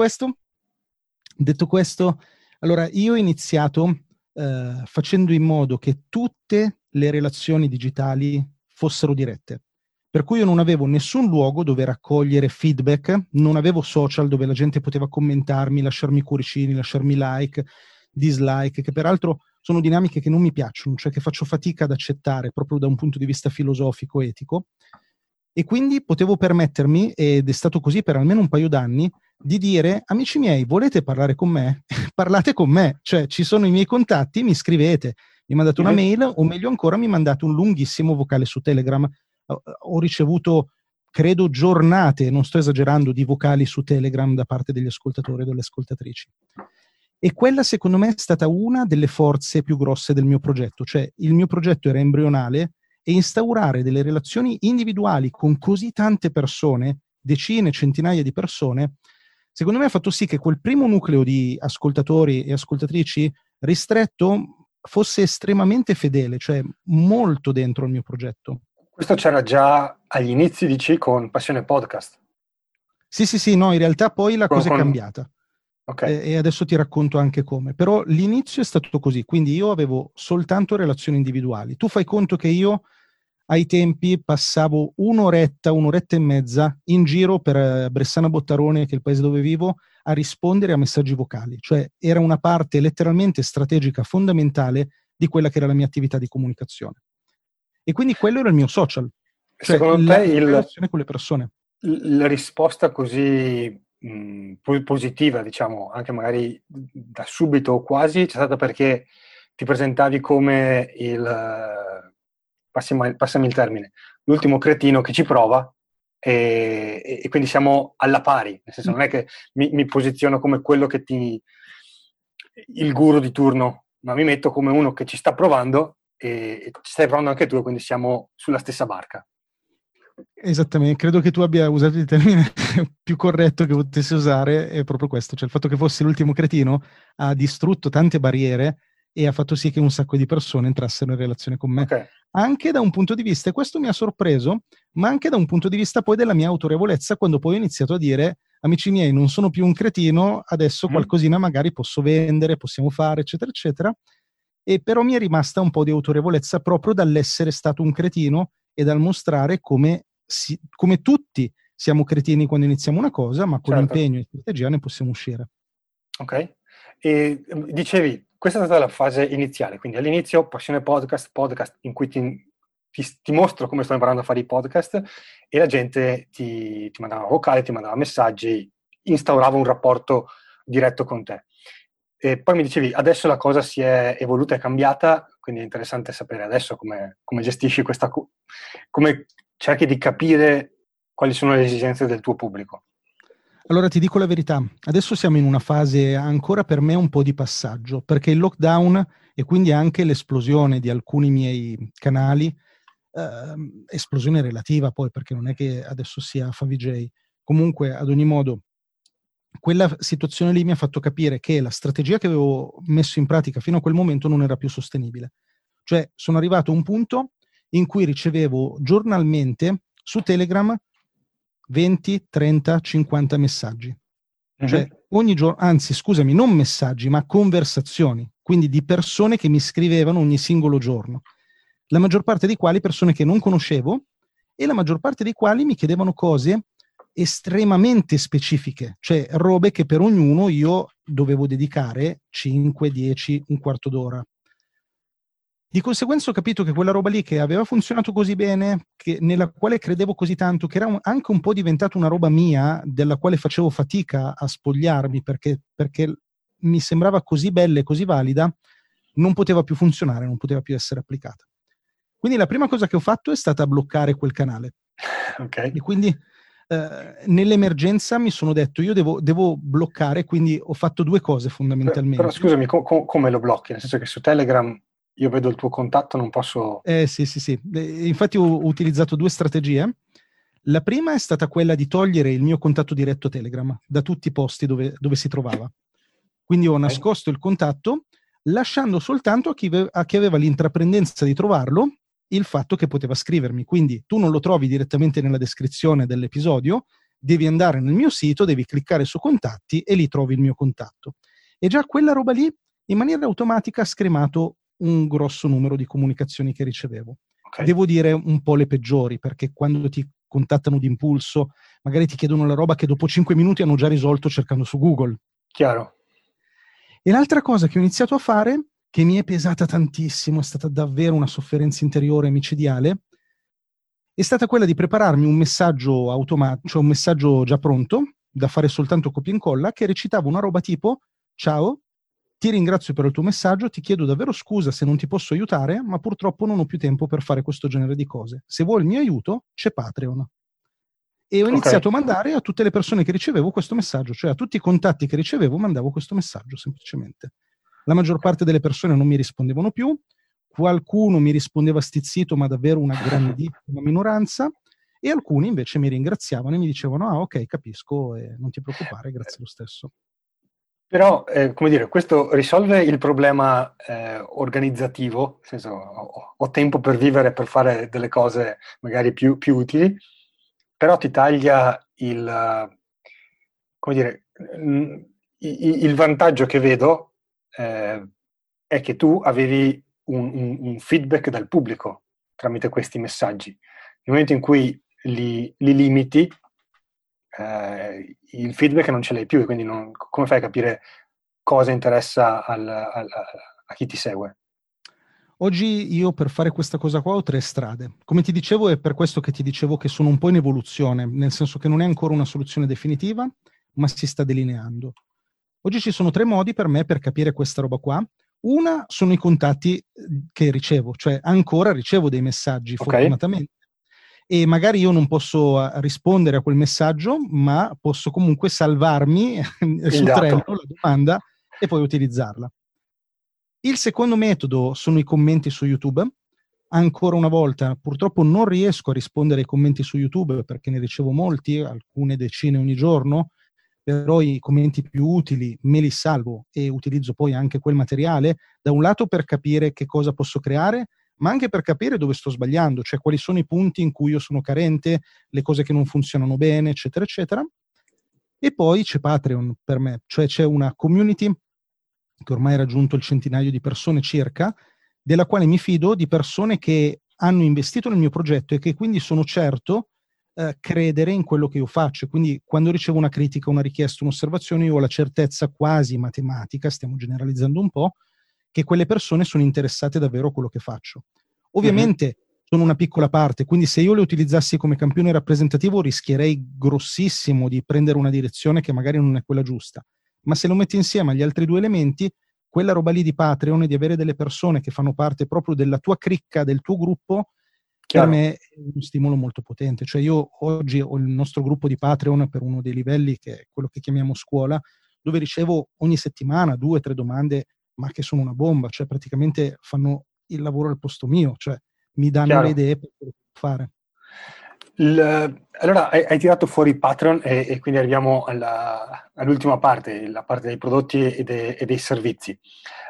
questo, allora io ho iniziato facendo in modo che tutte le relazioni digitali fossero dirette. Per cui io non avevo nessun luogo dove raccogliere feedback, non avevo social dove la gente poteva commentarmi, lasciarmi cuoricini, lasciarmi like, dislike, che peraltro sono dinamiche che non mi piacciono, cioè che faccio fatica ad accettare proprio da un punto di vista filosofico, etico. E quindi potevo permettermi, ed è stato così per almeno un paio d'anni, di dire: amici miei, volete parlare con me? Parlate con me, cioè ci sono i miei contatti, mi scrivete, mi mandate una mail, o meglio ancora mi mandate un lunghissimo vocale su Telegram. Ho ricevuto, credo, giornate, non sto esagerando, di vocali su Telegram da parte degli ascoltatori e delle ascoltatrici. E quella secondo me è stata una delle forze più grosse del mio progetto, cioè il mio progetto era embrionale, e instaurare delle relazioni individuali con così tante persone, decine, centinaia di persone, secondo me ha fatto sì che quel primo nucleo di ascoltatori e ascoltatrici ristretto fosse estremamente fedele, cioè molto dentro il mio progetto. Questo c'era già agli inizi, dici, con Passione Podcast? Sì, no, in realtà poi la cosa è cambiata. Okay. E adesso ti racconto anche come. Però l'inizio è stato così, quindi io avevo soltanto relazioni individuali. Tu fai conto che io ai tempi passavo un'oretta e mezza in giro per Bressana Bottarone, che è il paese dove vivo, a rispondere a messaggi vocali. Cioè era una parte letteralmente strategica, fondamentale di quella che era la mia attività di comunicazione. E quindi quello era il mio social, cioè Secondo la te relazione con le persone. la risposta così positiva, diciamo, anche magari da subito o quasi, c'è stata perché ti presentavi come passami il termine, l'ultimo cretino che ci prova, e quindi siamo alla pari, nel senso non è che mi posiziono come quello il guru di turno, ma mi metto come uno che ci sta provando e ci stai provando anche tu, e quindi siamo sulla stessa barca. Esattamente, credo che tu abbia usato il termine più corretto che potessi usare, è proprio questo, cioè il fatto che fossi l'ultimo cretino ha distrutto tante barriere e ha fatto sì che un sacco di persone entrassero in relazione con me. Okay. Anche da un punto di vista, e questo mi ha sorpreso, ma anche da un punto di vista poi della mia autorevolezza, quando poi ho iniziato a dire: amici miei, non sono più un cretino, adesso qualcosina magari posso vendere, possiamo fare, eccetera, eccetera. E però mi è rimasta un po' di autorevolezza proprio dall'essere stato un cretino e dal mostrare come tutti siamo cretini quando iniziamo una cosa, ma con impegno e strategia ne possiamo uscire. Ok. E dicevi, questa è stata la fase iniziale, quindi all'inizio Passione Podcast in cui ti mostro come sto imparando a fare i podcast, e la gente ti mandava vocali, ti mandava messaggi, instaurava un rapporto diretto con te. E poi mi dicevi, adesso la cosa si è evoluta e cambiata, quindi è interessante sapere adesso come gestisci come cerchi di capire quali sono le esigenze del tuo pubblico. Allora ti dico la verità, adesso siamo in una fase ancora per me un po' di passaggio, perché il lockdown e quindi anche l'esplosione di alcuni miei canali, esplosione relativa poi, perché non è che adesso sia Favij, comunque ad ogni modo quella situazione lì mi ha fatto capire che la strategia che avevo messo in pratica fino a quel momento non era più sostenibile. Cioè sono arrivato a un punto in cui ricevevo giornalmente su Telegram 20, 30, 50 messaggi. Cioè ogni giorno, anzi scusami, non messaggi, ma conversazioni, quindi di persone che mi scrivevano ogni singolo giorno. La maggior parte dei quali persone che non conoscevo, e la maggior parte dei quali mi chiedevano cose estremamente specifiche, cioè robe che per ognuno io dovevo dedicare 5, 10, un quarto d'ora. Di conseguenza ho capito che quella roba lì che aveva funzionato così bene, nella quale credevo così tanto, che era anche un po' diventata una roba mia, della quale facevo fatica a spogliarmi perché mi sembrava così bella e così valida, non poteva più funzionare, non poteva più essere applicata. Quindi la prima cosa che ho fatto è stata bloccare quel canale. Okay. E quindi nell'emergenza mi sono detto io devo bloccare, quindi ho fatto due cose fondamentalmente. Però scusami, come lo blocchi? Nel senso che su Telegram io vedo il tuo contatto, non posso... Sì. Infatti ho utilizzato due strategie. La prima è stata quella di togliere il mio contatto diretto Telegram da tutti i posti dove si trovava. Quindi ho nascosto il contatto, lasciando soltanto a chi aveva l'intraprendenza di trovarlo il fatto che poteva scrivermi. Quindi tu non lo trovi direttamente nella descrizione dell'episodio, devi andare nel mio sito, devi cliccare su contatti e lì trovi il mio contatto. E già quella roba lì, in maniera automatica, ha scremato un grosso numero di comunicazioni che ricevevo. Okay. Devo dire un po' le peggiori, perché quando ti contattano d'impulso, magari ti chiedono la roba che dopo 5 minuti hanno già risolto cercando su Google. Chiaro. E l'altra cosa che ho iniziato a fare, che mi è pesata tantissimo, è stata davvero una sofferenza interiore micidiale, è stata quella di prepararmi un messaggio automatico, cioè un messaggio già pronto, da fare soltanto copia e incolla, che recitava una roba tipo: ciao, ti ringrazio per il tuo messaggio, ti chiedo davvero scusa se non ti posso aiutare, ma purtroppo non ho più tempo per fare questo genere di cose. Se vuoi il mio aiuto, c'è Patreon. E ho iniziato a mandare a tutte le persone che ricevevo questo messaggio, cioè a tutti i contatti che ricevevo mandavo questo messaggio semplicemente. La maggior parte delle persone non mi rispondevano più, qualcuno mi rispondeva stizzito, ma davvero una grandissima minoranza, e alcuni invece mi ringraziavano e mi dicevano: ah, ok, capisco, non ti preoccupare, grazie lo stesso. Però, come dire, questo risolve il problema organizzativo, nel senso ho tempo per vivere, per fare delle cose magari più utili, però ti taglia come dire, il vantaggio che vedo è che tu avevi un feedback dal pubblico tramite questi messaggi. Nel momento in cui li limiti, il feedback non ce l'hai più, e quindi come fai a capire cosa interessa a chi ti segue? Oggi io per fare questa cosa qua ho 3 strade. Come ti dicevo, è per questo che ti dicevo che sono un po' in evoluzione, nel senso che non è ancora una soluzione definitiva, ma si sta delineando. Oggi ci sono 3 modi per me per capire questa roba qua. Una sono i contatti che ricevo, cioè ancora ricevo dei messaggi, fortunatamente, e magari io non posso rispondere a quel messaggio, ma posso comunque salvarmi su Trello la domanda e poi utilizzarla. Il secondo metodo sono i commenti su YouTube. Ancora una volta, purtroppo non riesco a rispondere ai commenti su YouTube perché ne ricevo molti, alcune decine ogni giorno, però i commenti più utili me li salvo e utilizzo poi anche quel materiale, da un lato per capire che cosa posso creare, ma anche per capire dove sto sbagliando, cioè quali sono i punti in cui io sono carente, le cose che non funzionano bene, eccetera, eccetera. E poi c'è Patreon per me, cioè c'è una community che ormai ha raggiunto il centinaio di persone circa, della quale mi fido, di persone che hanno investito nel mio progetto e che quindi sono certo credere in quello che io faccio. Quindi quando ricevo una critica, una richiesta, un'osservazione, io ho la certezza quasi matematica, stiamo generalizzando un po', che quelle persone sono interessate davvero a quello che faccio. Ovviamente sono una piccola parte, quindi se io le utilizzassi come campione rappresentativo rischierei grossissimo di prendere una direzione che magari non è quella giusta. Ma se lo metti insieme agli altri 2 elementi, quella roba lì di Patreon e di avere delle persone che fanno parte proprio della tua cricca, del tuo gruppo, chiaro, per me è un stimolo molto potente. Cioè io oggi ho il nostro gruppo di Patreon per uno dei livelli, che è quello che chiamiamo scuola, dove ricevo ogni settimana 2 o 3 domande, ma che sono una bomba, cioè praticamente fanno il lavoro al posto mio, cioè mi danno le idee per fare. Allora hai tirato fuori Patreon e quindi arriviamo all'ultima parte, la parte dei prodotti e dei servizi.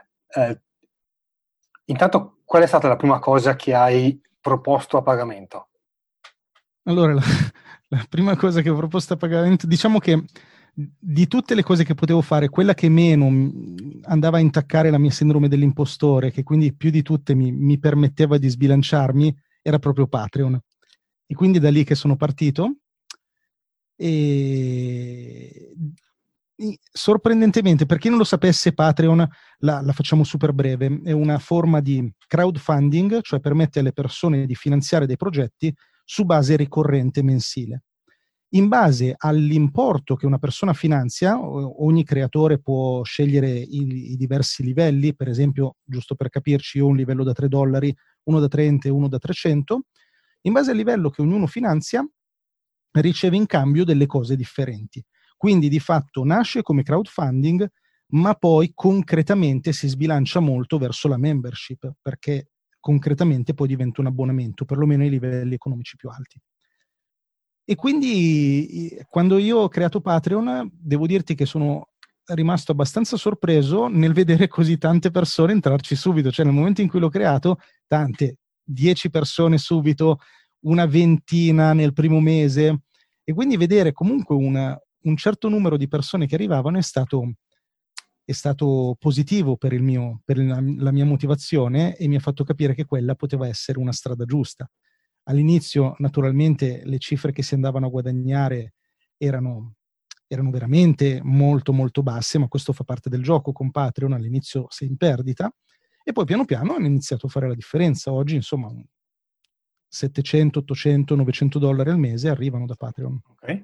Intanto, qual è stata la prima cosa che hai proposto a pagamento? Allora, la prima cosa che ho proposto a pagamento, diciamo che di tutte le cose che potevo fare, quella che meno andava a intaccare la mia sindrome dell'impostore, che quindi più di tutte mi permetteva di sbilanciarmi, era proprio Patreon. E quindi da lì che sono partito. E sorprendentemente, per chi non lo sapesse, Patreon, la facciamo super breve, è una forma di crowdfunding, cioè permette alle persone di finanziare dei progetti su base ricorrente mensile. In base all'importo che una persona finanzia, ogni creatore può scegliere i diversi livelli. Per esempio, giusto per capirci, io ho un livello da $3, uno da 30 e uno da 300. In base al livello che ognuno finanzia, riceve in cambio delle cose differenti. Quindi di fatto nasce come crowdfunding, ma poi concretamente si sbilancia molto verso la membership, perché concretamente poi diventa un abbonamento, perlomeno ai livelli economici più alti. E quindi quando io ho creato Patreon, devo dirti che sono rimasto abbastanza sorpreso nel vedere così tante persone entrarci subito. Cioè nel momento in cui l'ho creato, 10 persone subito, una ventina nel primo mese, e quindi vedere comunque un certo numero di persone che arrivavano è stato positivo per la mia motivazione, e mi ha fatto capire che quella poteva essere una strada giusta. All'inizio, naturalmente, le cifre che si andavano a guadagnare erano veramente molto molto basse, ma questo fa parte del gioco con Patreon. All'inizio sei in perdita, e poi piano piano hanno iniziato a fare la differenza. Oggi, insomma, 700, 800, $900 al mese arrivano da Patreon. Ok.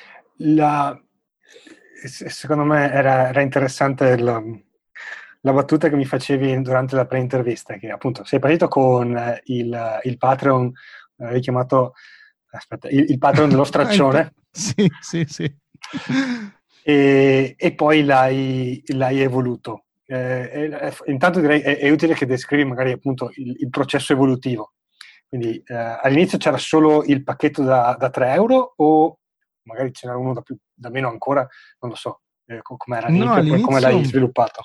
Secondo me era interessante la battuta che mi facevi durante la pre-intervista, che appunto sei partito con il Patreon, chiamato, aspetta, il Patreon dello straccione. Sì, sì, sì. E poi l'hai evoluto. Intanto direi è utile che descrivi magari appunto il processo evolutivo. Quindi all'inizio c'era solo il pacchetto da 3 euro, o magari ce n'era uno da meno ancora, non lo so, come era all'inizio, e poi come l'hai sviluppato?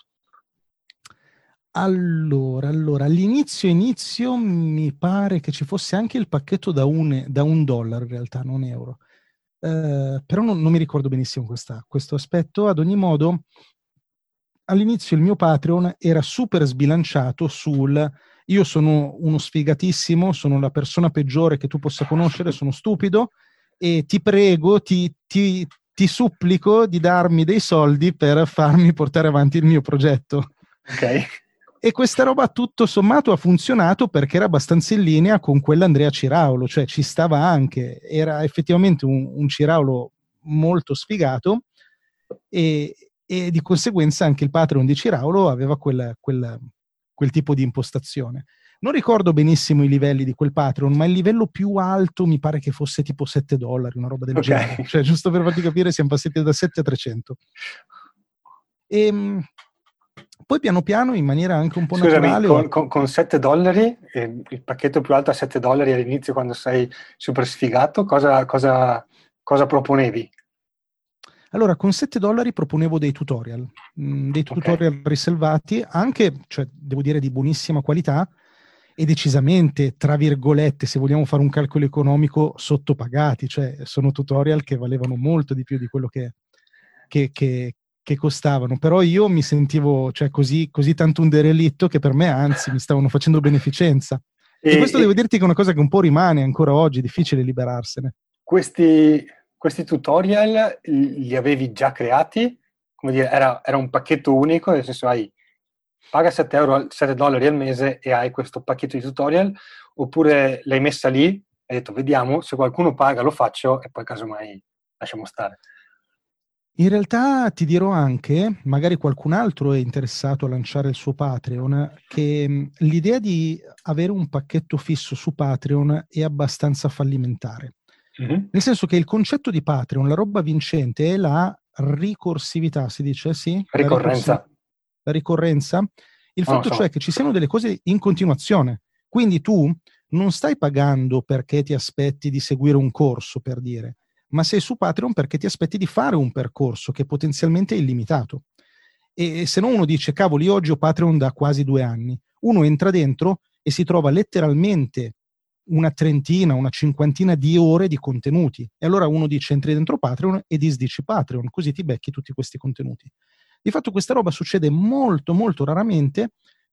Allora, all'inizio mi pare che ci fosse anche il pacchetto da $1, in realtà, non euro. Però non mi ricordo benissimo questo aspetto. Ad ogni modo, all'inizio il mio Patreon era super sbilanciato io sono uno sfigatissimo, sono la persona peggiore che tu possa conoscere, sono stupido, e ti prego, ti supplico di darmi dei soldi per farmi portare avanti il mio progetto. Ok. E questa roba tutto sommato ha funzionato, perché era abbastanza in linea con quell'Andrea Ciraulo, cioè ci stava anche, era effettivamente un Ciraulo molto sfigato, e di conseguenza anche il Patreon di Ciraulo aveva quel tipo di impostazione. Non ricordo benissimo i livelli di quel Patreon, ma il livello più alto mi pare che fosse tipo $7, una roba del genere. Cioè, giusto per farti capire, siamo passati da 7 a 300. Poi piano piano, in maniera anche un po' naturale... Con $7, il pacchetto più alto a $7 all'inizio, quando sei super sfigato, cosa proponevi? Allora, con $7 proponevo dei tutorial riservati, anche, cioè, devo dire, di buonissima qualità, e decisamente, tra virgolette, se vogliamo fare un calcolo economico, sottopagati. Cioè, sono tutorial che valevano molto di più di quello che costavano. Però io mi sentivo, cioè, così tanto un derelitto, che per me, anzi, mi stavano facendo beneficenza. E questo devo dirti che è una cosa che un po' rimane ancora oggi, difficile liberarsene. Questi tutorial li avevi già creati? Come dire, era un pacchetto unico, nel senso paga $7 al mese e hai questo pacchetto di tutorial, oppure l'hai messa lì e hai detto vediamo, se qualcuno paga lo faccio e poi casomai lasciamo stare? In realtà ti dirò anche, magari qualcun altro è interessato a lanciare il suo Patreon, che l'idea di avere un pacchetto fisso su Patreon è abbastanza fallimentare. Mm-hmm. Nel senso che il concetto di Patreon, la roba vincente, è la ricorsività, si dice, sì? Ricorrenza. La ricorrenza. Il fatto cioè che ci siano delle cose in continuazione. Quindi tu non stai pagando perché ti aspetti di seguire un corso, per dire, ma sei su Patreon perché ti aspetti di fare un percorso che potenzialmente è illimitato. E se no uno dice, cavoli, oggi ho Patreon da quasi 2 anni. Uno entra dentro e si trova letteralmente una trentina, una cinquantina di ore di contenuti. E allora uno dice, entri dentro Patreon e disdici Patreon, così ti becchi tutti questi contenuti. Di fatto questa roba succede molto, molto raramente,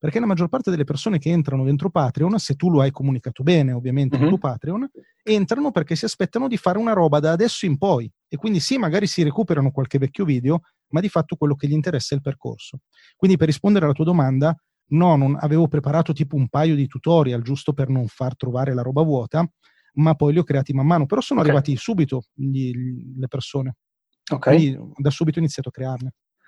perché la maggior parte delle persone che entrano dentro Patreon, se tu lo hai comunicato bene ovviamente il tuo Patreon, entrano perché si aspettano di fare una roba da adesso in poi, e quindi sì, magari si recuperano qualche vecchio video, ma di fatto quello che gli interessa è il percorso. Quindi, per rispondere alla tua domanda, no, non avevo preparato tipo un paio di tutorial giusto per non far trovare la roba vuota, ma poi li ho creati man mano, però sono arrivati subito le persone. Quindi da subito ho iniziato a crearne.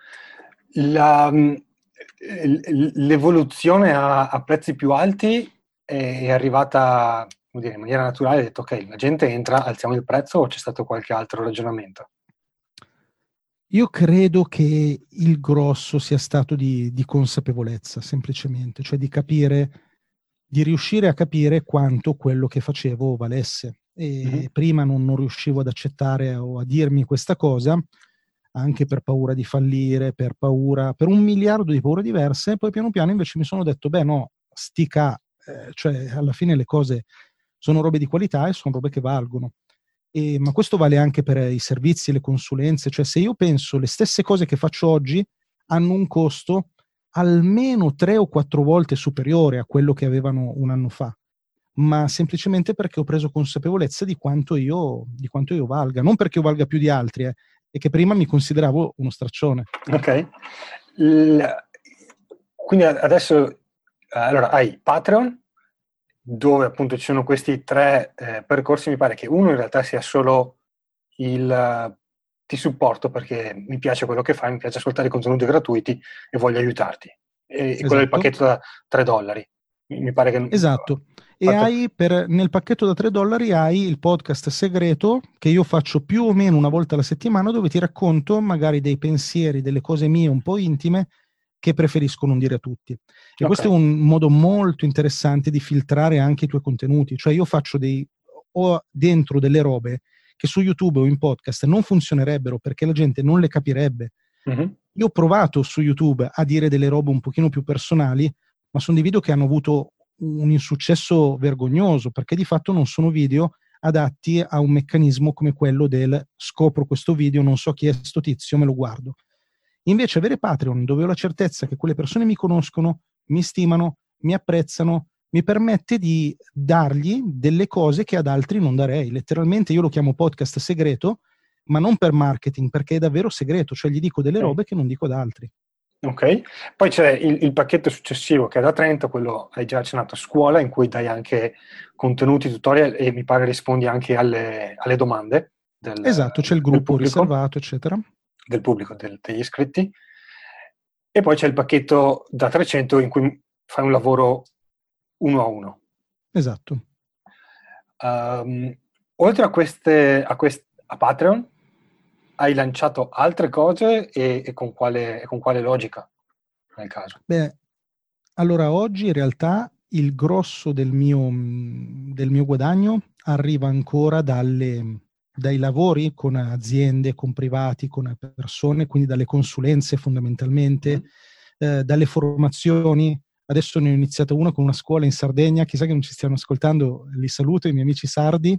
L'evoluzione a prezzi più alti è arrivata, come dire, in maniera naturale. Hai detto ok, la gente entra, alziamo il prezzo, o c'è stato qualche altro ragionamento? Io credo che il grosso sia stato di consapevolezza, semplicemente, cioè di capire, di riuscire a capire quanto quello che facevo valesse. E prima non riuscivo ad accettare o a dirmi questa cosa, anche per paura di fallire, per un miliardo di paure diverse. Poi piano piano invece mi sono detto, beh no, cioè alla fine le cose sono robe di qualità e sono robe che valgono. Ma questo vale anche per i servizi e le consulenze, cioè se io penso le stesse cose che faccio oggi hanno un costo almeno 3 o 4 volte superiore a quello che avevano un anno fa, ma semplicemente perché ho preso consapevolezza di quanto io valga, non perché io valga più di altri, e che prima mi consideravo uno straccione. Ok. Quindi adesso allora hai Patreon, dove appunto ci sono questi 3 percorsi. Mi pare che uno in realtà sia solo ti supporto perché mi piace quello che fai, mi piace ascoltare i contenuti gratuiti e voglio aiutarti. E quello è il pacchetto da $3. Mi pare che... Esatto. E nel pacchetto da $3 hai il podcast segreto che io faccio più o meno una volta alla settimana, dove ti racconto magari dei pensieri, delle cose mie un po' intime che preferisco non dire a tutti. E questo è un modo molto interessante di filtrare anche i tuoi contenuti. Cioè io faccio ho dentro delle robe che su YouTube o in podcast non funzionerebbero perché la gente non le capirebbe. Io ho provato su YouTube a dire delle robe un pochino più personali, ma sono dei video che hanno avuto un insuccesso vergognoso, perché di fatto non sono video adatti a un meccanismo come quello del scopro questo video, non so chi è sto tizio, me lo guardo. Invece avere Patreon, dove ho la certezza che quelle persone mi conoscono, mi stimano, mi apprezzano, mi permette di dargli delle cose che ad altri non darei. Letteralmente io lo chiamo podcast segreto, ma non per marketing, perché è davvero segreto, cioè gli dico delle robe che non dico ad altri. Ok, poi c'è il pacchetto successivo che è da 30, quello hai già accennato, a scuola, in cui dai anche contenuti, tutorial e mi pare rispondi anche alle domande Esatto, c'è il gruppo riservato, eccetera. Del pubblico, degli iscritti. E poi c'è il pacchetto da 300 in cui fai un lavoro 1 a 1. Esatto. Oltre a Patreon, hai lanciato altre cose e con quale logica nel caso? Beh, allora oggi in realtà il grosso del mio guadagno arriva ancora dai lavori con aziende, con privati, con persone, quindi dalle consulenze fondamentalmente, dalle formazioni. Adesso ne ho iniziato una con una scuola in Sardegna, chissà che non ci stiano ascoltando, li saluto, i miei amici sardi.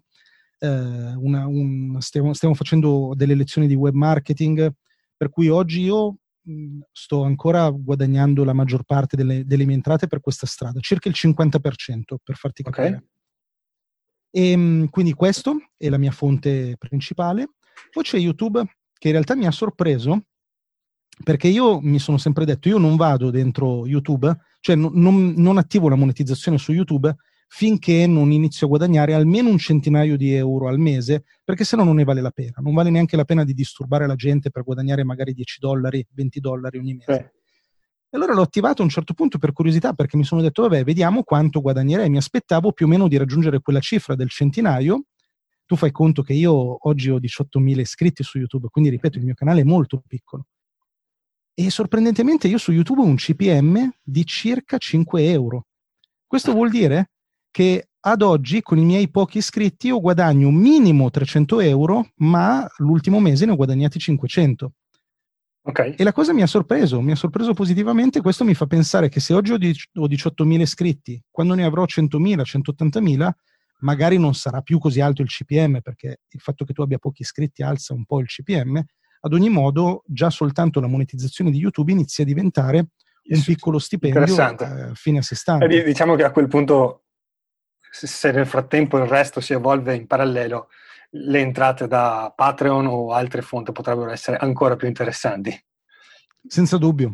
Stiamo facendo delle lezioni di web marketing, per cui oggi io sto ancora guadagnando la maggior parte delle mie entrate per questa strada, circa il 50%, per farti capire. E quindi questo è la mia fonte principale. Poi c'è YouTube, che in realtà mi ha sorpreso, perché io mi sono sempre detto, io non vado dentro YouTube, cioè non attivo la monetizzazione su YouTube finché non inizio a guadagnare almeno un centinaio di euro al mese, perché sennò non ne vale la pena. Non vale neanche la pena di disturbare la gente per guadagnare magari $10, $20 ogni mese. E allora l'ho attivato a un certo punto per curiosità, perché mi sono detto, vabbè, vediamo quanto guadagnerei. Mi aspettavo più o meno di raggiungere quella cifra del centinaio. Tu fai conto che io oggi ho 18.000 iscritti su YouTube, quindi ripeto, il mio canale è molto piccolo. E sorprendentemente io su YouTube ho un CPM di circa 5 euro. Questo vuol dire che ad oggi con i miei pochi iscritti io guadagno minimo 300 euro, ma l'ultimo mese ne ho guadagnati 500. E la cosa mi ha sorpreso positivamente. Questo mi fa pensare che se oggi ho 18.000 iscritti, quando ne avrò 100.000, 180.000, magari non sarà più così alto il CPM, perché il fatto che tu abbia pochi iscritti alza un po' il CPM. Ad ogni modo, già soltanto la monetizzazione di YouTube inizia a diventare un piccolo stipendio fine a sé stante. Diciamo che a quel punto, se nel frattempo il resto si evolve in parallelo, le entrate da Patreon o altre fonti potrebbero essere ancora più interessanti. Senza dubbio.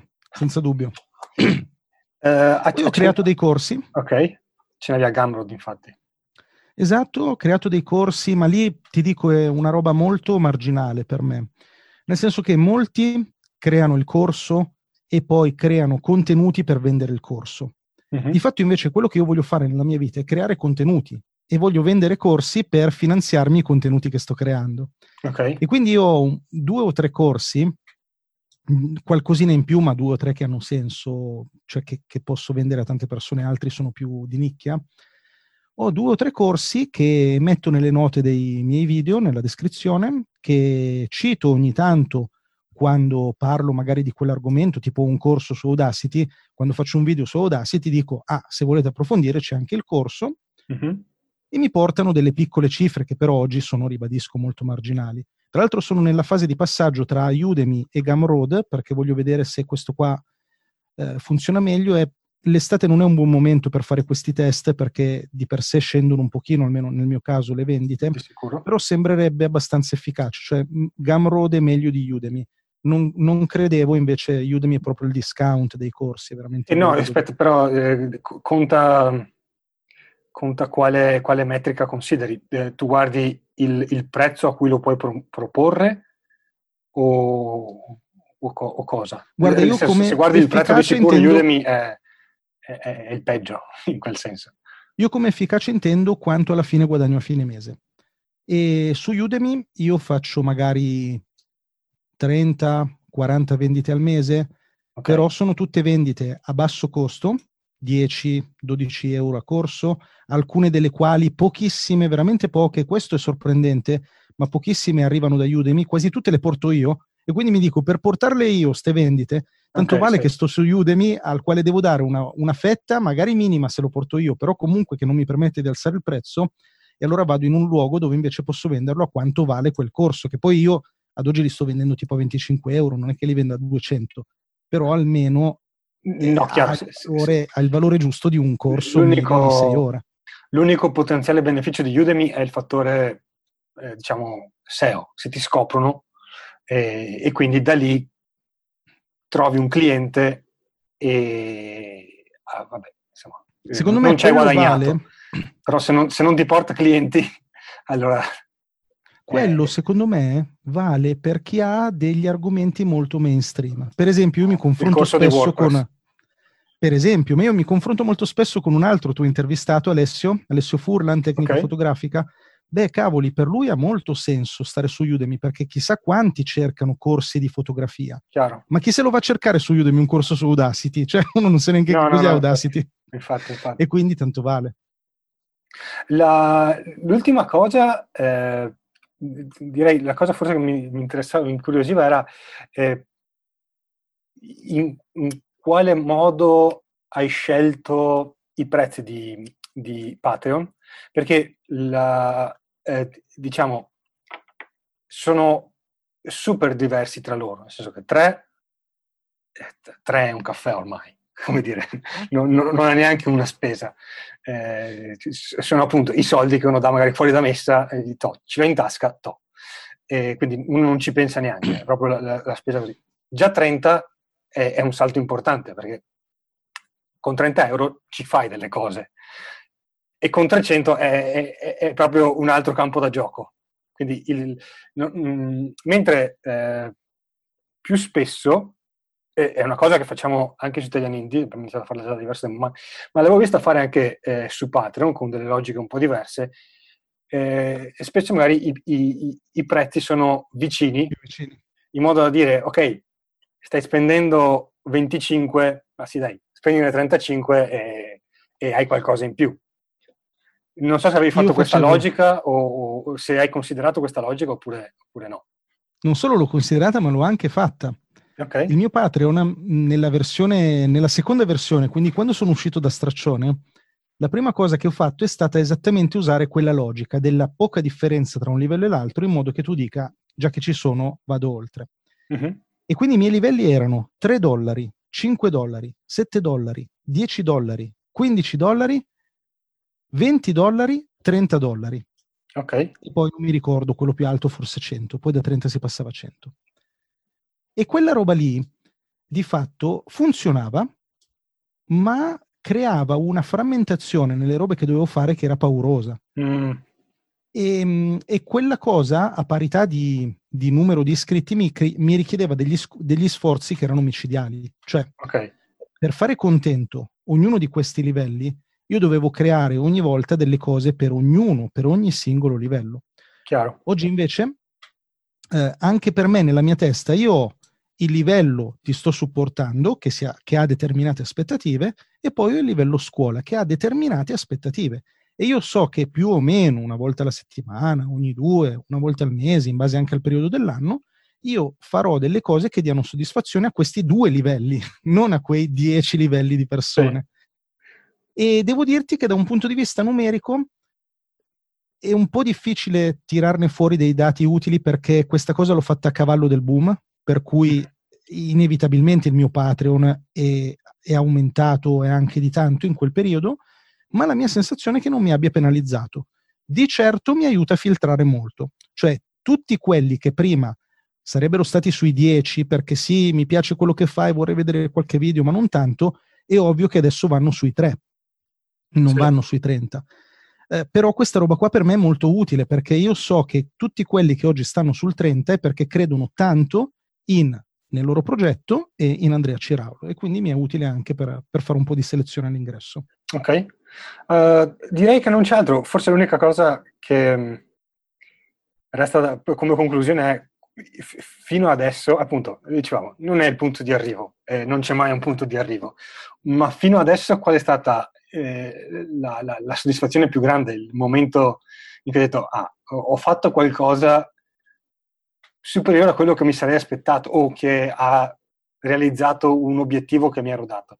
Poi ho creato dei corsi. Ok, ce n'è a Gumroad, infatti. Esatto, ho creato dei corsi, ma lì ti dico è una roba molto marginale per me. Nel senso che molti creano il corso e poi creano contenuti per vendere il corso. Di fatto invece quello che io voglio fare nella mia vita è creare contenuti e voglio vendere corsi per finanziarmi i contenuti che sto creando. Okay. E quindi io ho 2 o 3 corsi, qualcosina in più, ma 2 o 3 che hanno senso, cioè che posso vendere a tante persone, altri sono più di nicchia. Ho 2 o 3 corsi che metto nelle note dei miei video, nella descrizione, che cito ogni tanto quando parlo magari di quell'argomento, tipo un corso su Audacity. Quando faccio un video su Audacity dico, se volete approfondire c'è anche il corso, e mi portano delle piccole cifre che per oggi sono, ribadisco, molto marginali. Tra l'altro sono nella fase di passaggio tra Udemy e Gumroad, perché voglio vedere se questo qua funziona meglio, e l'estate non è un buon momento per fare questi test, perché di per sé scendono un pochino, almeno nel mio caso, le vendite, però sembrerebbe abbastanza efficace, cioè Gumroad è meglio di Udemy. Non credevo, invece Udemy è proprio il discount dei corsi, veramente. No, aspetta, però conta quale metrica consideri. Tu guardi il prezzo a cui lo puoi proporre o cosa? Guarda, io come se guardi il prezzo di sicuro intendo... Udemy è il peggio, in quel senso. Io come efficace intendo quanto alla fine guadagno a fine mese. E su Udemy io faccio magari 30, 40 vendite al mese, però sono tutte vendite a basso costo, 10, 12 euro a corso, alcune delle quali, pochissime, veramente poche, questo è sorprendente, ma pochissime arrivano da Udemy, quasi tutte le porto io, e quindi mi dico, per portarle io, ste vendite, tanto vale che sto su Udemy, al quale devo dare una fetta, magari minima se lo porto io, però comunque che non mi permette di alzare il prezzo, e allora vado in un luogo dove invece posso venderlo a quanto vale quel corso, che poi io ad oggi li sto vendendo tipo a 25 euro, non è che li vendo a 200, però almeno ha il valore giusto di un corso medio di 6 ore. L'unico potenziale beneficio di Udemy è il fattore, diciamo, SEO, se ti scoprono, e quindi da lì trovi un cliente e vabbè, insomma, secondo non me c'hai guadagnato, vale, però se non ti porta clienti, allora... Quello secondo me vale per chi ha degli argomenti molto mainstream. Per esempio io mi confronto spesso con... Per esempio, ma io mi confronto molto spesso con un altro tuo intervistato, Alessio Furlan, tecnica fotografica. Beh, cavoli, per lui ha molto senso stare su Udemy, perché chissà quanti cercano corsi di fotografia. Chiaro. Ma chi se lo va a cercare su Udemy un corso su Audacity? Cioè, uno non sa neanche cos'è Audacity. Infatti. E quindi tanto vale. L'ultima cosa, direi, la cosa forse che mi interessava, mi incuriosiva era in quale modo hai scelto i prezzi di Patreon, perché diciamo sono super diversi tra loro, nel senso che 3 è un caffè ormai, come dire, non è neanche una spesa, sono appunto i soldi che uno dà magari fuori da messa, ci va in tasca, quindi uno non ci pensa neanche, è proprio la spesa così. Già 30 è un salto importante, perché con 30 euro ci fai delle cose, e con 300 è proprio un altro campo da gioco. Quindi mentre più spesso, è una cosa che facciamo anche su Italian Indie, abbiamo iniziato a farla già da diverso tempo, ma l'avevo vista fare anche su Patreon, con delle logiche un po' diverse, e spesso magari i prezzi sono vicini, in modo da dire, ok, stai spendendo 25, ma sì dai, spendine 35 e hai qualcosa in più. Non so se avevi fatto questa logica o se hai considerato questa logica oppure no. Non solo l'ho considerata, ma l'ho anche fatta. Okay. Il mio Patreon, nella seconda versione, quindi quando sono uscito da Straccione, la prima cosa che ho fatto è stata esattamente usare quella logica della poca differenza tra un livello e l'altro, in modo che tu dica, già che ci sono, vado oltre. E quindi i miei livelli erano $3, $5, $7, $10, $15, $20, $30. Ok. E poi non mi ricordo, quello più alto forse 100, poi da 30 si passava a 100. E quella roba lì, di fatto, funzionava, ma creava una frammentazione nelle robe che dovevo fare che era paurosa. E quella cosa, a parità di numero di iscritti, mi richiedeva degli sforzi che erano micidiali. Cioè, per fare contento ognuno di questi livelli, io dovevo creare ogni volta delle cose per ognuno, per ogni singolo livello. Chiaro. Oggi invece, anche per me, nella mia testa, io ho il livello ti sto supportando, che ha determinate aspettative, e poi ho il livello scuola, che ha determinate aspettative. E io so che più o meno una volta alla settimana, ogni 2, una volta al mese, in base anche al periodo dell'anno, io farò delle cose che diano soddisfazione a questi 2 livelli, non a quei 10 livelli di persone. Sì. E devo dirti che da un punto di vista numerico è un po' difficile tirarne fuori dei dati utili, perché questa cosa l'ho fatta a cavallo del boom, per cui inevitabilmente il mio Patreon è aumentato, e anche di tanto in quel periodo, ma la mia sensazione è che non mi abbia penalizzato. Di certo mi aiuta a filtrare molto, cioè tutti quelli che prima sarebbero stati sui 10 perché sì, mi piace quello che fai, vorrei vedere qualche video, ma non tanto, è ovvio che adesso vanno sui 3, non vanno sui 30. Però questa roba qua per me è molto utile, perché io so che tutti quelli che oggi stanno sul 30 è perché credono tanto nel loro progetto e in Andrea Ciraulo, e quindi mi è utile anche per fare un po' di selezione all'ingresso. Ok. Direi che non c'è altro. Forse l'unica cosa che resta come conclusione è, fino adesso, appunto, dicevamo, non è il punto di arrivo, non c'è mai un punto di arrivo, ma fino adesso qual è stata la soddisfazione più grande, il momento in cui hai detto, ho fatto qualcosa superiore a quello che mi sarei aspettato, o che ha realizzato un obiettivo che mi ero dato?